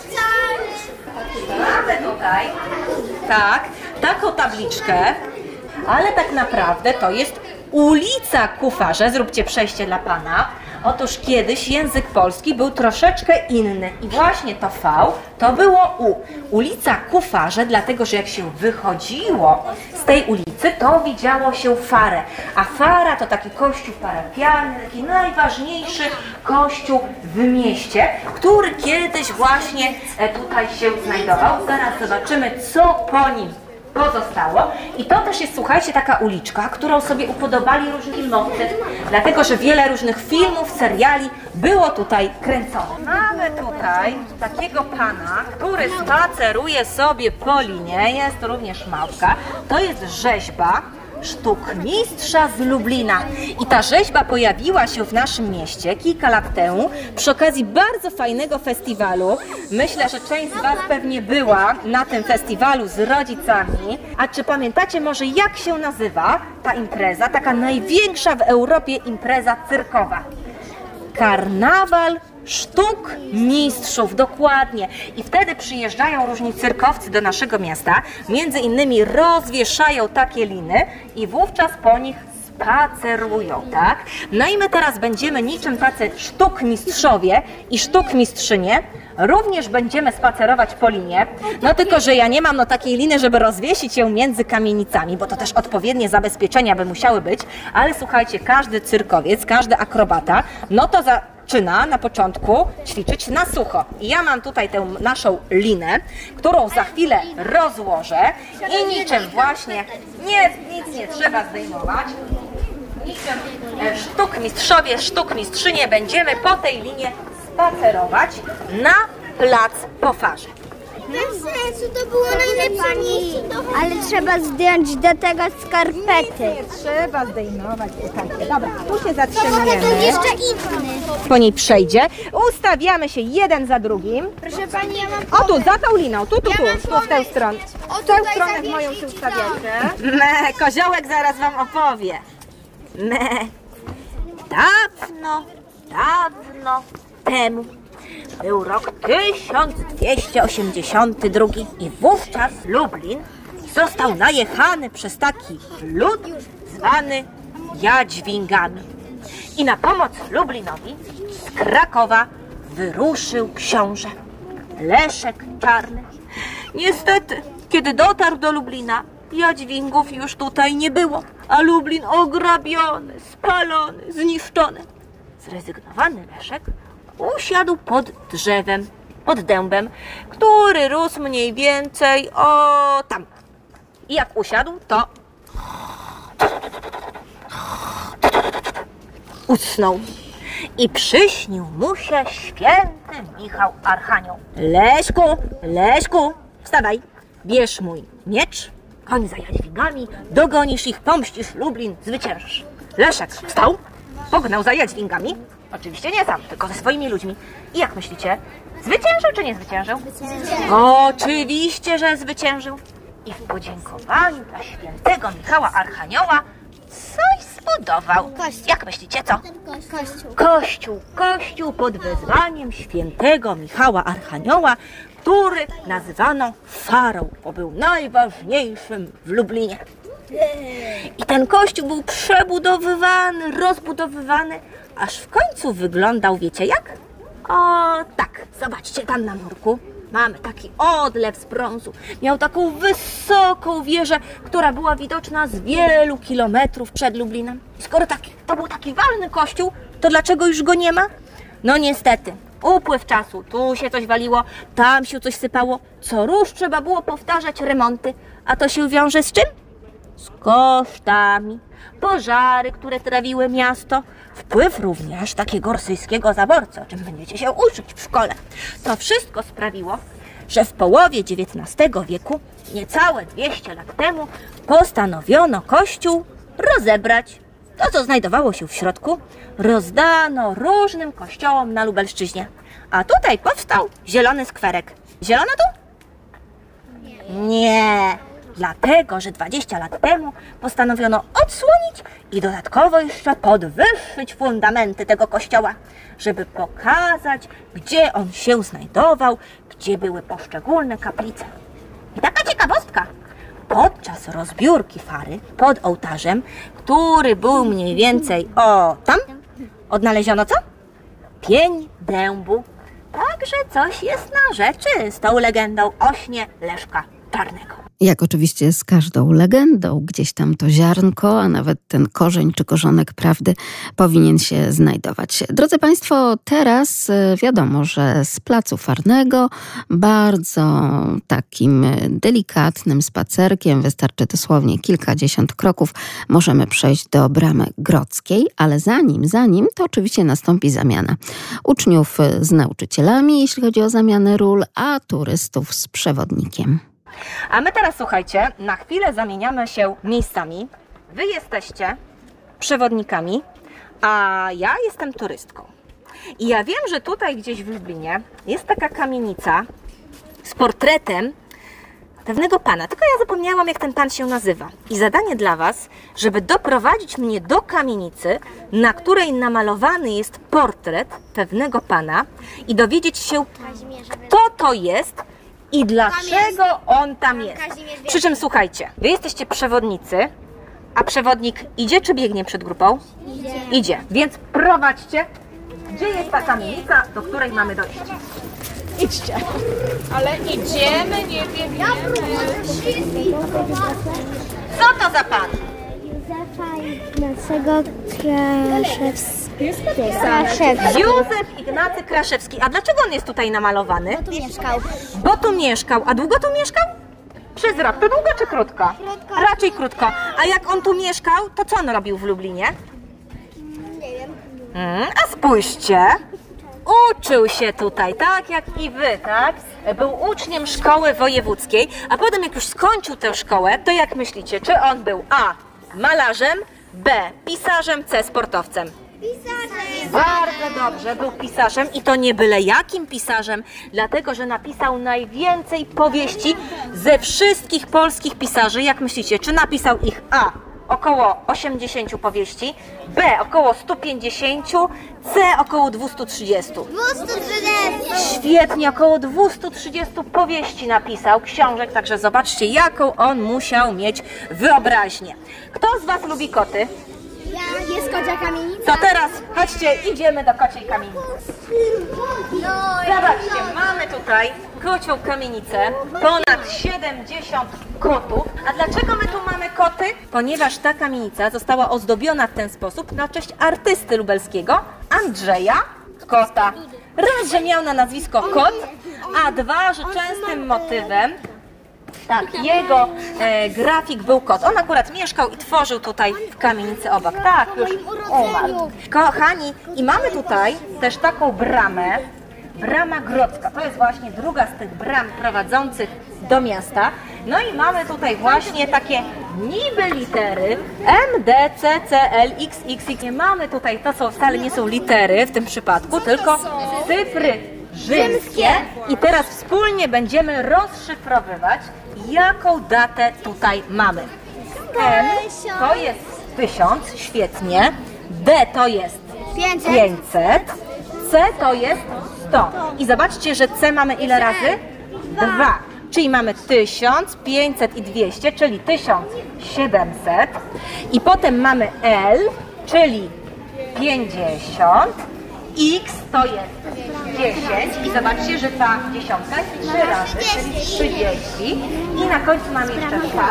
Mamy tutaj, tak, taką tabliczkę, ale tak naprawdę to jest ulica Kufarze. Zróbcie przejście dla Pana. Otóż kiedyś język polski był troszeczkę inny i właśnie to V to było U. Ulica Kufarze, dlatego że jak się wychodziło z tej ulicy, to widziało się Farę. A Fara to taki kościół parafialny, taki najważniejszy kościół w mieście, który kiedyś właśnie tutaj się znajdował. Zaraz zobaczymy, co po nim pozostało. I to też jest, słuchajcie, taka uliczka, którą sobie upodobali różni filmowcy, dlatego że wiele różnych filmów, seriali było tutaj kręcone. Mamy tutaj takiego pana, który spaceruje sobie po linie, jest również małpka. To jest rzeźba sztukmistrza z Lublina. I ta rzeźba pojawiła się w naszym mieście kilka lat temu przy okazji bardzo fajnego festiwalu. Myślę, że część z Was pewnie była na tym festiwalu z rodzicami. A czy pamiętacie może, jak się nazywa ta impreza? Taka największa w Europie impreza cyrkowa. Karnawal Sztuk Mistrzów, dokładnie. I wtedy przyjeżdżają różni cyrkowcy do naszego miasta, między innymi rozwieszają takie liny i wówczas po nich spacerują, tak? No i my teraz będziemy niczym tacy sztukmistrzowie i sztukmistrzynie, również będziemy spacerować po linie, no tylko, że ja nie mam no takiej liny, żeby rozwiesić ją między kamienicami, bo to też odpowiednie zabezpieczenia by musiały być, ale słuchajcie, każdy cyrkowiec, każdy akrobata, no to za zaczyna na początku ćwiczyć na sucho. I ja mam tutaj tę naszą linę, którą za chwilę rozłożę i niczym właśnie, nie, nic nie trzeba zdejmować, sztukmistrzowie, sztukmistrzynie będziemy po tej linie spacerować na plac po farze. Bez sensu, to było najlepsze miejsce. Ale trzeba zdjąć do tego skarpety. Trzeba zdejmować słuchajcie. Dobra, tu się To zatrzymujemy. jeszcze inny. Po niej przejdzie. Ustawiamy się jeden za drugim. Proszę pani, ja mam O tu, za tą liną, tu, tu, tu, Ja mam tu w tę pomysł. stronę. O, W tę tutaj stronę w moją się zawiesić ustawiacie. Me, koziołek zaraz wam opowie. Me. Dawno, dawno temu był rok tysiąc dwieście osiemdziesiąty drugi i wówczas Lublin został najechany przez taki lud zwany Jadźwingami. I na pomoc Lublinowi z Krakowa wyruszył książę Leszek Czarny. Niestety, kiedy dotarł do Lublina, Jadźwingów już tutaj nie było, a Lublin ograbiony, spalony, zniszczony. Zrezygnowany Leszek usiadł pod drzewem, pod dębem, który rósł mniej więcej o tam. I jak usiadł, to usnął. I przyśnił mu się święty Michał Archanioł. Leszku, Leszku, wstawaj, bierz mój miecz, koń za Jadźwingami, dogonisz ich, pomścisz Lublin, zwyciężysz. Leszek wstał, pognał za Jadźwingami, oczywiście nie sam, tylko ze swoimi ludźmi. I jak myślicie, zwyciężył czy nie zwyciężył? Oczywiście, że zwyciężył. I w podziękowaniu dla świętego Michała Archanioła coś zbudował. Jak myślicie, co? kościół. Kościół, kościół pod wezwaniem świętego Michała Archanioła, który nazywano Farą, bo był najważniejszym w Lublinie. I ten kościół był przebudowywany, rozbudowywany, aż w końcu wyglądał, wiecie jak? O tak, zobaczcie tam na murku. Mamy taki odlew z brązu. Miał taką wysoką wieżę, która była widoczna z wielu kilometrów przed Lublinem. Skoro taki, to był taki ważny kościół, to dlaczego już go nie ma? No niestety, upływ czasu. Tu się coś waliło, tam się coś sypało. Co rusz trzeba było powtarzać remonty. A to się wiąże z czym? Z kosztami. Pożary, które trawiły miasto. Wpływ również takiego rosyjskiego zaborcy, o czym będziecie się uczyć w szkole. To wszystko sprawiło, że w połowie dziewiętnastego wieku, niecałe dwieście lat temu, postanowiono kościół rozebrać. To, co znajdowało się w środku, rozdano różnym kościołom na Lubelszczyźnie. A tutaj powstał zielony skwerek. Zielono tu? Nie. Dlatego, że dwadzieścia lat temu postanowiono odsłonić i dodatkowo jeszcze podwyższyć fundamenty tego kościoła, żeby pokazać, gdzie on się znajdował, gdzie były poszczególne kaplice. I taka ciekawostka. Podczas rozbiórki fary pod ołtarzem, który był mniej więcej o tam, odnaleziono co? Pień dębu. Także coś jest na rzeczy z tą legendą o śnie Leszka Czarnego. Jak oczywiście z każdą legendą, gdzieś tam to ziarnko, a nawet ten korzeń czy korzonek prawdy powinien się znajdować. Drodzy Państwo, teraz wiadomo, że z placu Farnego bardzo takim delikatnym spacerkiem, wystarczy dosłownie kilkadziesiąt kroków, możemy przejść do Bramy Grodzkiej, ale zanim, zanim, to oczywiście nastąpi zamiana uczniów z nauczycielami, jeśli chodzi o zamianę ról, a turystów z przewodnikiem. A my teraz, słuchajcie, na chwilę zamieniamy się miejscami. Wy jesteście przewodnikami, a ja jestem turystką. I ja wiem, że tutaj gdzieś w Lublinie jest taka kamienica z portretem pewnego pana. Tylko ja zapomniałam, jak ten pan się nazywa. I zadanie dla Was, żeby doprowadzić mnie do kamienicy, na której namalowany jest portret pewnego pana i dowiedzieć się, kto to jest i dlaczego on tam jest. Przy czym słuchajcie, Wy jesteście przewodnicy, a przewodnik idzie czy biegnie przed grupą? Idzie. Idzie, więc prowadźcie, gdzie jest ta kamienica, do której mamy dojść. Idźcie. Ale idziemy, nie wiem. Co to za pan? Józefa Ignacego Kraszewskiego. Józef Ignacy Kraszewski. A dlaczego on jest tutaj namalowany? Tu mieszkał. Bo tu mieszkał. A długo tu mieszkał? Przez rok. To długo czy krótko? Krótko. Raczej krótko. A jak on tu mieszkał, to co on robił w Lublinie? Mm, a spójrzcie, uczył się tutaj, tak jak i wy, tak? Był uczniem szkoły wojewódzkiej, a potem jak już skończył tę szkołę, to jak myślicie, czy on był A. malarzem, B. pisarzem, C. sportowcem? Pisarzem. Bardzo dobrze, był pisarzem i to nie byle jakim pisarzem, dlatego że napisał najwięcej powieści ze wszystkich polskich pisarzy. Jak myślicie, czy napisał ich A. około osiemdziesięciu powieści, B. około stu pięćdziesięciu, C. około dwustu trzydziestu? dwieście trzydzieści. Świetnie, około dwustu trzydziestu powieści napisał, książek, także zobaczcie, jaką on musiał mieć wyobraźnię. Kto z was lubi koty? Ja. Jest kocia kamienica. To teraz chodźcie, idziemy do kociej kamienicy. No, Zobaczcie, mamy tutaj kocią kamienicę, ponad siedemdziesiąt kotów. A dlaczego my tu mamy koty? Ponieważ ta kamienica została ozdobiona w ten sposób na cześć artysty lubelskiego Andrzeja Kota. Raz, że miał na nazwisko Kot, a dwa, że częstym motywem, tak, jego e, grafik był kot. On akurat mieszkał i tworzył tutaj w kamienicy obok. Tak, już umarł. Kochani, i mamy tutaj też taką bramę, brama grodzka. To jest właśnie druga z tych bram prowadzących do miasta. No i mamy tutaj właśnie takie niby litery M, D, C, C, L, X, X, X. Nie mamy tutaj, to są wcale nie są litery w tym przypadku, tylko cyfry rzymskie. I teraz wspólnie będziemy rozszyfrowywać, jaką datę tutaj mamy. M to jest tysiąc, świetnie. D to jest pięćset. C to jest sto. I zobaczcie, że C mamy ile razy? Dwa. Czyli mamy tysiąc, pięćset i dwieście, czyli tysiąc siedemset. I potem mamy L, czyli pięćdziesiąt. X to jest dziesięć. I zobaczcie, że ta dziesiątka jest trzy razy, czyli trzydzieści. I na końcu mamy jeszcze K.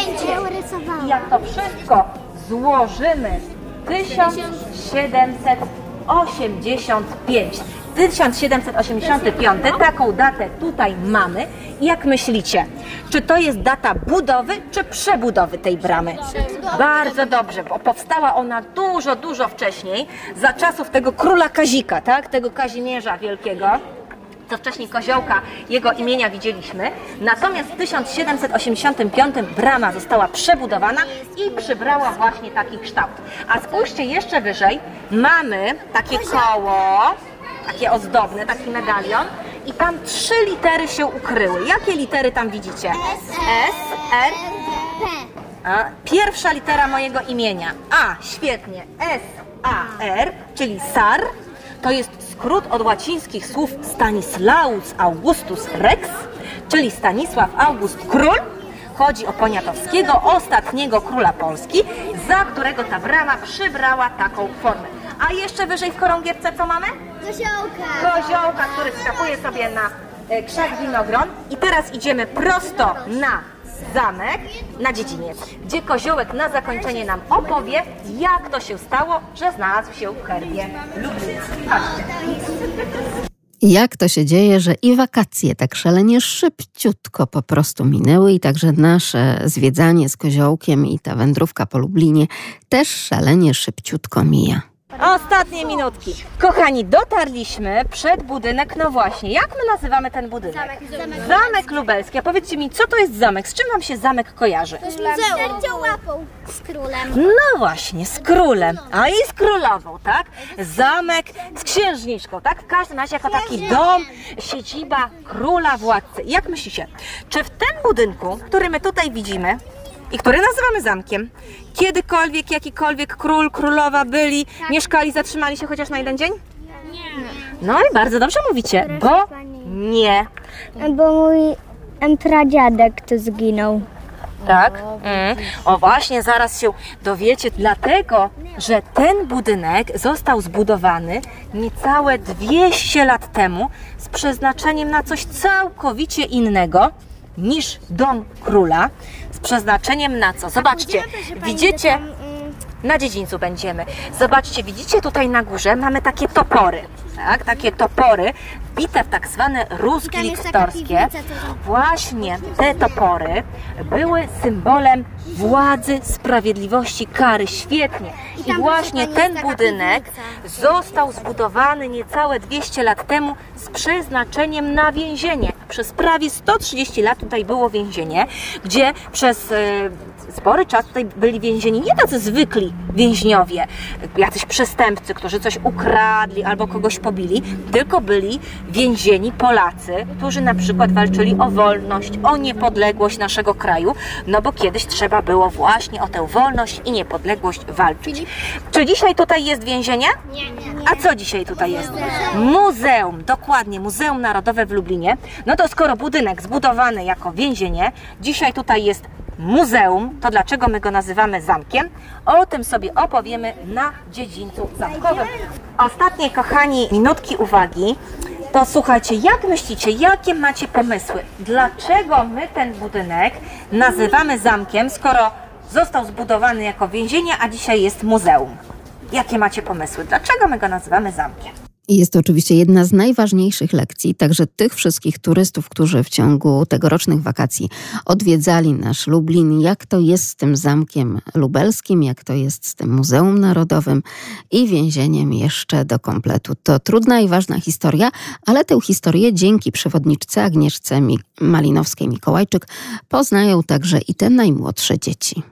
I jak to wszystko złożymy, tysiąc siedemset osiemdziesiąt pięć. tysiąc siedemset osiemdziesiąty piąty, taką datę tutaj mamy. I jak myślicie, czy to jest data budowy, czy przebudowy tej bramy? Bardzo dobrze, bo powstała ona dużo, dużo wcześniej, za czasów tego króla Kazika, tak? Tego Kazimierza Wielkiego, co wcześniej koziołka jego imienia widzieliśmy. Natomiast w tysiąc siedemset osiemdziesiątym piątym brama została przebudowana i przybrała właśnie taki kształt. A spójrzcie jeszcze wyżej, mamy takie koło, takie ozdobne, taki medalion i tam trzy litery się ukryły. Jakie litery tam widzicie? S, R, A, pierwsza litera mojego imienia. A, świetnie. S, A, R, czyli Sar. To jest skrót od łacińskich słów Stanislaus Augustus Rex, czyli Stanisław August Król. Chodzi o Poniatowskiego, ostatniego króla Polski, za którego ta brama przybrała taką formę. A jeszcze wyżej w chorągiewce co mamy? Koziołka. Koziołka, który skakuje sobie na e, krzak winogron. I teraz idziemy prosto na zamek, na dziedziniec, gdzie koziołek na zakończenie nam opowie, jak to się stało, że znalazł się w herbie lublińskim. Patrzcie. Jak to się dzieje, że i wakacje tak szalenie szybciutko po prostu minęły i także nasze zwiedzanie z koziołkiem i ta wędrówka po Lublinie też szalenie szybciutko mija. Ostatnie minutki. Kochani, dotarliśmy przed budynek, no właśnie, jak my nazywamy ten budynek? Zamek, zamek lubelski. A powiedzcie mi, co to jest zamek? Z czym wam się zamek kojarzy? Z łapą. Z królem. No właśnie, z królem, a i z królową, tak? Zamek z księżniczką, tak? W każdym razie jako taki dom, siedziba króla, władcy. Jak myślicie, czy w tym budynku, który my tutaj widzimy i który nazywamy zamkiem, kiedykolwiek jakikolwiek król, królowa byli, mieszkali, zatrzymali się chociaż na jeden dzień? Nie. No i bardzo dobrze mówicie, bo nie. Bo mój pradziadek to zginął. Tak? Mm. O właśnie, zaraz się dowiecie, dlatego, że ten budynek został zbudowany niecałe dwieście lat temu z przeznaczeniem na coś całkowicie innego niż dom króla. Z przeznaczeniem na co? Zobaczcie, widzicie? Na dziedzińcu będziemy. Zobaczcie, widzicie tutaj na górze mamy takie topory. Tak, takie topory wbite w tak zwane rózgi liktorskie. Właśnie te topory były symbolem władzy, sprawiedliwości, kary. Świetnie. I właśnie ten budynek został zbudowany niecałe dwieście lat temu z przeznaczeniem na więzienie. Przez prawie sto trzydzieści lat tutaj było więzienie, gdzie przez e, spory czas tutaj byli więzieni nie tacy zwykli więźniowie, jacyś przestępcy, którzy coś ukradli albo kogoś pobili, tylko byli więzieni Polacy, którzy na przykład walczyli o wolność, o niepodległość naszego kraju, no bo kiedyś trzeba było właśnie o tę wolność i niepodległość walczyć. Czy dzisiaj tutaj jest więzienie? Nie, nie. A co dzisiaj tutaj jest? Muzeum, dokładnie, Muzeum Narodowe w Lublinie. No to skoro budynek zbudowany jako więzienie, dzisiaj tutaj jest muzeum, to dlaczego my go nazywamy zamkiem? O tym sobie opowiemy na dziedzińcu zamkowym. Ostatnie, kochani, minutki uwagi. To słuchajcie, jak myślicie, jakie macie pomysły? Dlaczego my ten budynek nazywamy zamkiem, skoro został zbudowany jako więzienie, a dzisiaj jest muzeum? Jakie macie pomysły? Dlaczego my go nazywamy zamkiem? I jest to oczywiście jedna z najważniejszych lekcji, także tych wszystkich turystów, którzy w ciągu tegorocznych wakacji odwiedzali nasz Lublin, jak to jest z tym zamkiem lubelskim, jak to jest z tym Muzeum Narodowym i więzieniem jeszcze do kompletu. To trudna i ważna historia, ale tę historię dzięki przewodniczce Agnieszce Malinowskiej-Mikołajczyk poznają także i te najmłodsze dzieci.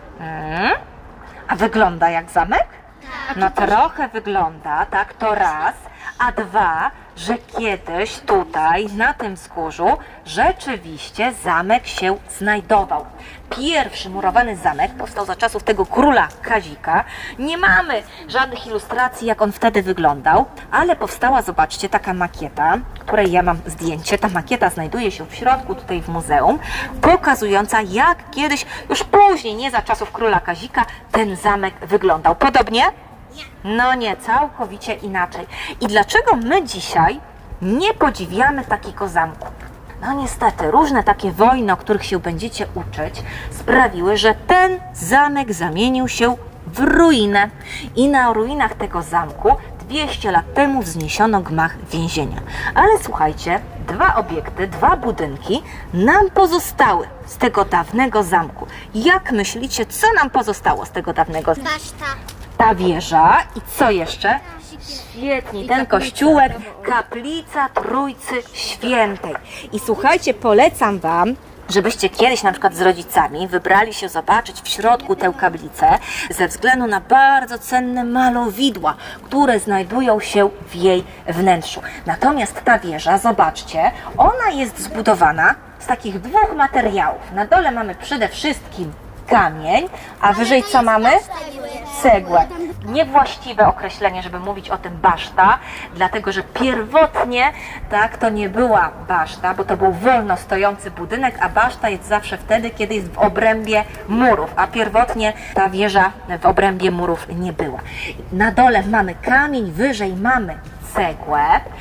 Hmm? A wygląda jak zamek? No trochę wygląda, tak, to raz, a dwa, że kiedyś tutaj, na tym wzgórzu, rzeczywiście zamek się znajdował. Pierwszy murowany zamek powstał za czasów tego króla Kazika. Nie mamy żadnych ilustracji, jak on wtedy wyglądał, ale powstała, zobaczcie, taka makieta, której ja mam zdjęcie. Ta makieta znajduje się w środku, tutaj w muzeum, pokazująca, jak kiedyś, już później, nie za czasów króla Kazika, ten zamek wyglądał. Podobnie? No nie, całkowicie inaczej. I dlaczego my dzisiaj nie podziwiamy takiego zamku? No niestety, różne takie wojny, o których się będziecie uczyć, sprawiły, że ten zamek zamienił się w ruinę. I na ruinach tego zamku dwieście lat temu wzniesiono gmach więzienia. Ale słuchajcie, dwa obiekty, dwa budynki nam pozostały z tego dawnego zamku. Jak myślicie, co nam pozostało z tego dawnego zamku? Baszta. Ta wieża i co jeszcze? Świetnie, ten kościółek, kaplica Trójcy Świętej. I słuchajcie, polecam Wam, żebyście kiedyś na przykład z rodzicami wybrali się zobaczyć w środku tę kaplicę ze względu na bardzo cenne malowidła, które znajdują się w jej wnętrzu. Natomiast ta wieża, zobaczcie, ona jest zbudowana z takich dwóch materiałów. Na dole mamy przede wszystkim kamień, a wyżej co mamy? Cegłę. Niewłaściwe określenie, żeby mówić o tym baszta, dlatego że pierwotnie tak, to nie była baszta, bo to był wolno stojący budynek, a baszta jest zawsze wtedy, kiedy jest w obrębie murów, a pierwotnie ta wieża w obrębie murów nie była. Na dole mamy kamień, wyżej mamy cegłę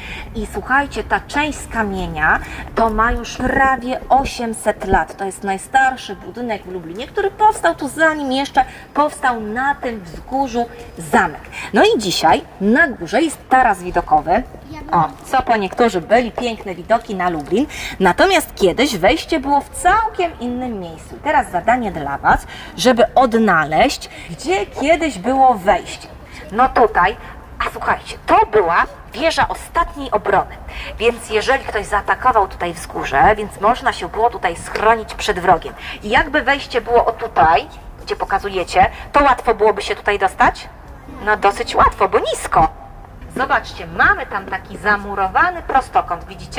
i słuchajcie, ta część z kamienia to ma już prawie osiemset lat. To jest najstarszy budynek w Lublinie, który powstał tu zanim jeszcze powstał na tym wzgórzu zamek. No i dzisiaj na górze jest taras widokowy. O, co po niektórzy byli piękne widoki na Lublin. Natomiast kiedyś wejście było w całkiem innym miejscu. Teraz zadanie dla Was, żeby odnaleźć, gdzie kiedyś było wejście. No tutaj. A słuchajcie, to była wieża ostatniej obrony, więc jeżeli ktoś zaatakował tutaj wzgórze, więc można się było tutaj schronić przed wrogiem. I jakby wejście było o tutaj, gdzie pokazujecie, to łatwo byłoby się tutaj dostać? No dosyć łatwo, bo nisko. Zobaczcie, mamy tam taki zamurowany prostokąt, widzicie?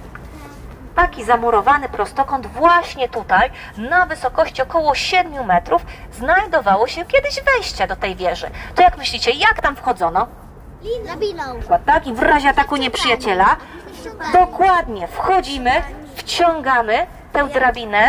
Taki zamurowany prostokąt właśnie tutaj, na wysokości około siedmiu metrów, znajdowało się kiedyś wejście do tej wieży. To jak myślicie, jak tam wchodzono? Drabiną. Tak, i w razie ataku nieprzyjaciela, dokładnie, wchodzimy, wciągamy tę drabinę.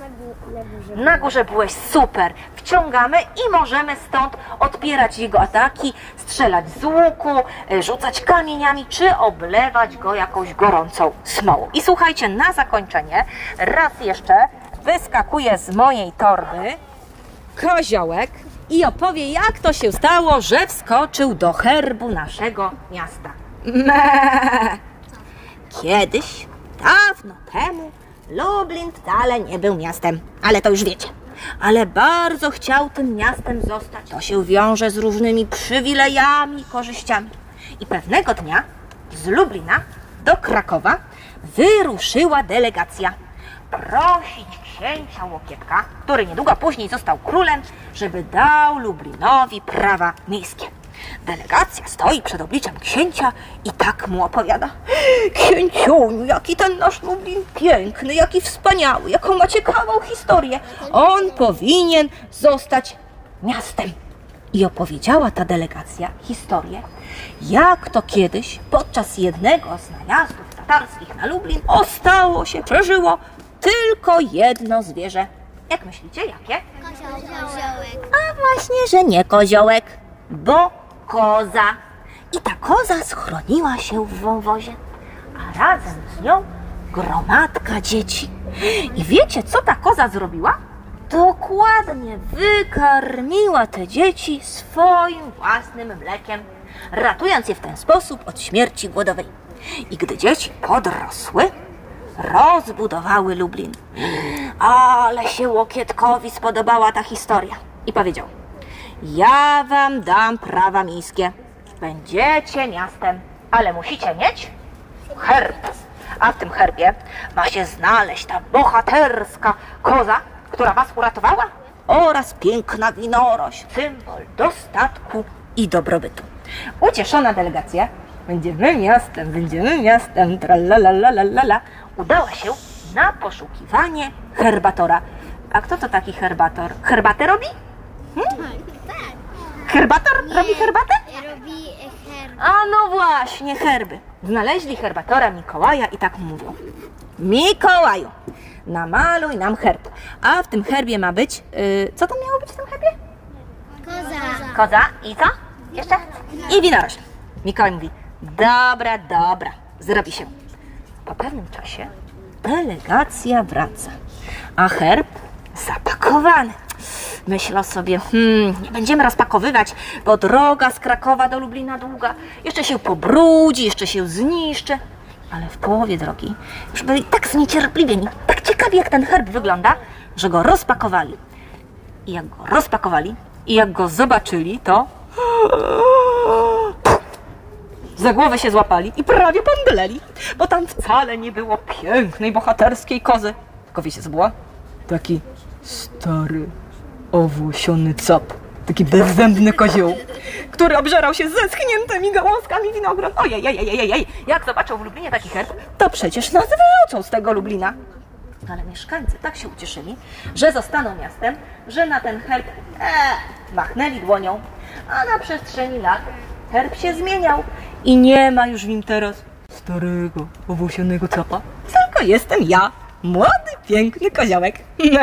Na górze byłeś, super. Wciągamy i możemy stąd odpierać jego ataki, strzelać z łuku, rzucać kamieniami, czy oblewać go jakąś gorącą smołą. I słuchajcie, na zakończenie raz jeszcze wyskakuje z mojej torby koziołek i opowie, jak to się stało, że wskoczył do herbu naszego miasta. Kiedyś, dawno temu, Lublin wcale nie był miastem, ale to już wiecie. Ale bardzo chciał tym miastem zostać. To się wiąże z różnymi przywilejami i korzyściami. I pewnego dnia z Lublina do Krakowa wyruszyła delegacja prosić księcia Łokietka, który niedługo później został królem, żeby dał Lublinowi prawa miejskie. Delegacja stoi przed obliczem księcia i tak mu opowiada. Księciuniu, jaki ten nasz Lublin piękny, jaki wspaniały, jaką ma ciekawą historię. On powinien zostać miastem. I opowiedziała ta delegacja historię, jak to kiedyś podczas jednego z najazdów tatarskich na Lublin ostało się, przeżyło tylko jedno zwierzę. Jak myślicie, jakie? Koziołek. A właśnie, że nie koziołek, bo koza. I ta koza schroniła się w wąwozie, a razem z nią gromadka dzieci. I wiecie, co ta koza zrobiła? Dokładnie wykarmiła te dzieci swoim własnym mlekiem, ratując je w ten sposób od śmierci głodowej. I gdy dzieci podrosły, rozbudowały Lublin. Ale się Łokietkowi spodobała ta historia i powiedział: ja wam dam prawa miejskie, będziecie miastem, ale musicie mieć herb. A w tym herbie ma się znaleźć ta bohaterska koza, która was uratowała, oraz piękna winorośl, symbol dostatku i dobrobytu. Ucieszona delegacja, będziemy miastem, będziemy miastem, tralalalala, udała się na poszukiwanie herbatora. A kto to taki herbator? Herbatę robi? Hmm? Herbator robi herbatę? Robi herb. A no właśnie, herby. Znaleźli herbatora Mikołaja i tak mu mówią: Mikołaju, namaluj nam herb. A w tym herbie ma być... Yy, co tam miało być w tym herbie? Koza. Koza i co? Jeszcze? I winorośl. Mikołaj mówi: dobra, dobra, zrobi się. Po pewnym czasie delegacja wraca, a herb zapakowany. Myślę sobie, hmm, nie będziemy rozpakowywać, bo droga z Krakowa do Lublina długa. Jeszcze się pobrudzi, jeszcze się zniszczy. Ale w połowie drogi już byli tak zniecierpliwieni, tak ciekawi, jak ten herb wygląda, że go rozpakowali. I jak go rozpakowali i jak go zobaczyli, to za głowę się złapali i prawie pomdleli, bo tam wcale nie było pięknej, bohaterskiej kozy. Tylko wiecie, co było? Taki stary, owłosiony cap, taki bezzębny kozioł, który obżerał się zeschniętymi gałązkami winogron. Ojej, ojej, ojej, ojej, jak zobaczą w Lublinie taki herb, to przecież nas wyrzucą z tego Lublina. Ale mieszkańcy tak się ucieszyli, że zostaną miastem, że na ten herb ee, machnęli dłonią, a na przestrzeni lat herb się zmieniał i nie ma już w nim teraz starego, owłosionego capa, tylko jestem ja, młody, piękny koziołek.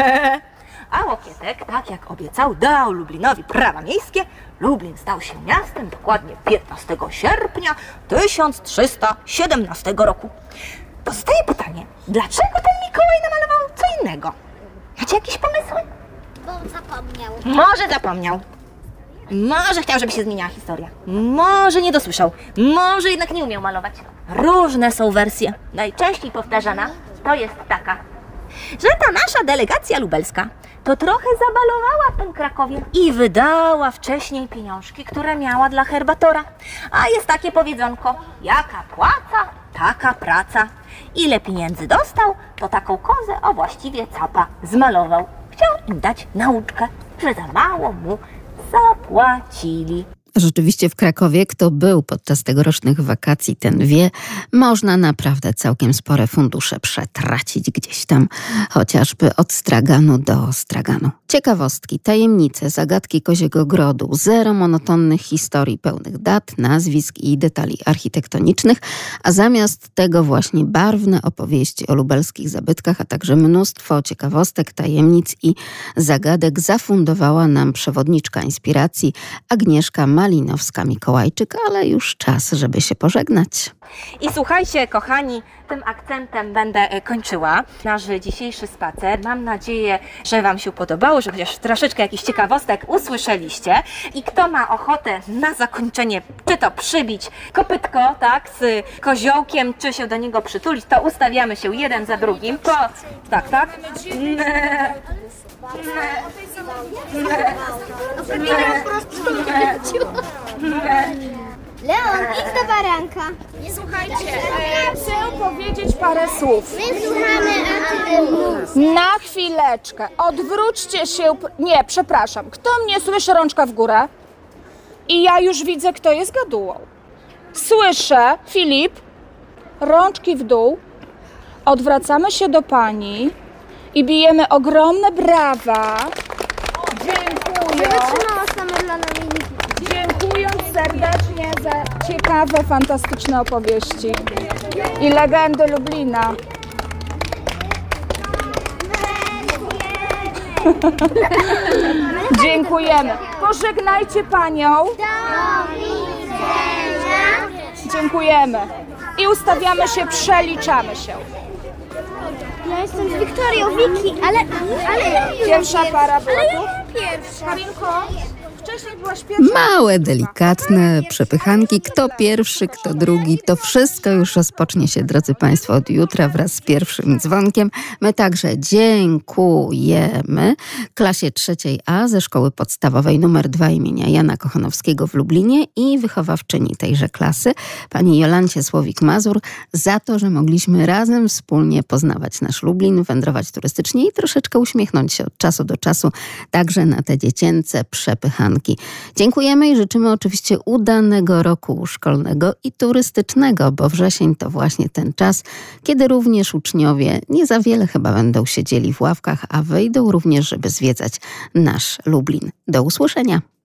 A Łokietek, tak jak obiecał, dał Lublinowi prawa miejskie. Lublin stał się miastem dokładnie piętnastego sierpnia tysiąc trzysta siedemnastego roku. Pozostaje pytanie, dlaczego ten Mikołaj namalował co innego? Macie jakieś pomysły? Bo zapomniał. Może zapomniał. Może chciał, żeby się zmieniała historia. Może nie dosłyszał. Może jednak nie umiał malować. Różne są wersje. Najczęściej powtarzana to jest taka, że ta nasza delegacja lubelska to trochę zabalowała w tym Krakowie i wydała wcześniej pieniążki, które miała dla herbatora. A jest takie powiedzonko: jaka płaca, taka praca. Ile pieniędzy dostał, to taką kozę, a właściwie capa, zmalował. Chciał im dać nauczkę, że za mało mu zapłacili. Rzeczywiście w Krakowie, kto był podczas tegorocznych wakacji, ten wie, można naprawdę całkiem spore fundusze przetracić gdzieś tam, chociażby od straganu do straganu. Ciekawostki, tajemnice, zagadki Koziego Grodu, zero monotonnych historii pełnych dat, nazwisk i detali architektonicznych, a zamiast tego właśnie barwne opowieści o lubelskich zabytkach, a także mnóstwo ciekawostek, tajemnic i zagadek zafundowała nam przewodniczka inspiracji Agnieszka Malewska. Malinowska-Mikołajczyk, ale już czas, żeby się pożegnać. I słuchajcie, kochani, tym akcentem będę kończyła nasz dzisiejszy spacer. Mam nadzieję, że Wam się podobało, że chociaż troszeczkę jakichś ciekawostek usłyszeliście. I kto ma ochotę na zakończenie, czy to przybić kopytko, tak, z koziołkiem, czy się do niego przytulić, to ustawiamy się jeden za drugim. Po... Tak, tak. Leon, idź do baranka. Słuchajcie, e, chcę powiedzieć parę słów. My słuchamy, a ty mów. Na chwileczkę, odwróćcie się. Nie, przepraszam. Kto mnie słyszy, rączka w górę? I ja już widzę, kto jest gadułą. Słyszę, Filip, rączki w dół. Odwracamy się do pani i bijemy ogromne brawa. Dziękuję. Dziękuję serdecznie za ciekawe, fantastyczne opowieści i legendy Lublina. Dziękujemy. Pożegnajcie panią. Dziękujemy. I ustawiamy się, przeliczamy się. Ja jestem z Wiktorią, Wiki, ale... ale Pierwsza para była tu. Pierwsza. Karinko, wcześniej byłaś pierwsza. Małe, delikatne przepychanki. Kto pierwszy, kto drugi. To wszystko już rozpocznie się, drodzy Państwo, od jutra wraz z pierwszym dzwonkiem. My także dziękujemy klasie trzeciej A ze szkoły podstawowej numer dwa imienia Jana Kochanowskiego w Lublinie i wychowawczyni tejże klasy, pani Jolancie Słowik-Mazur, za to, że mogliśmy razem wspólnie poznawać nasz Lublin, wędrować turystycznie i troszeczkę uśmiechnąć się od czasu do czasu także na te dziecięce przepychanki. Dziękujemy i życzymy oczywiście udanego roku szkolnego i turystycznego, bo wrzesień to właśnie ten czas, kiedy również uczniowie nie za wiele chyba będą siedzieli w ławkach, a wyjdą również, żeby zwiedzać nasz Lublin. Do usłyszenia.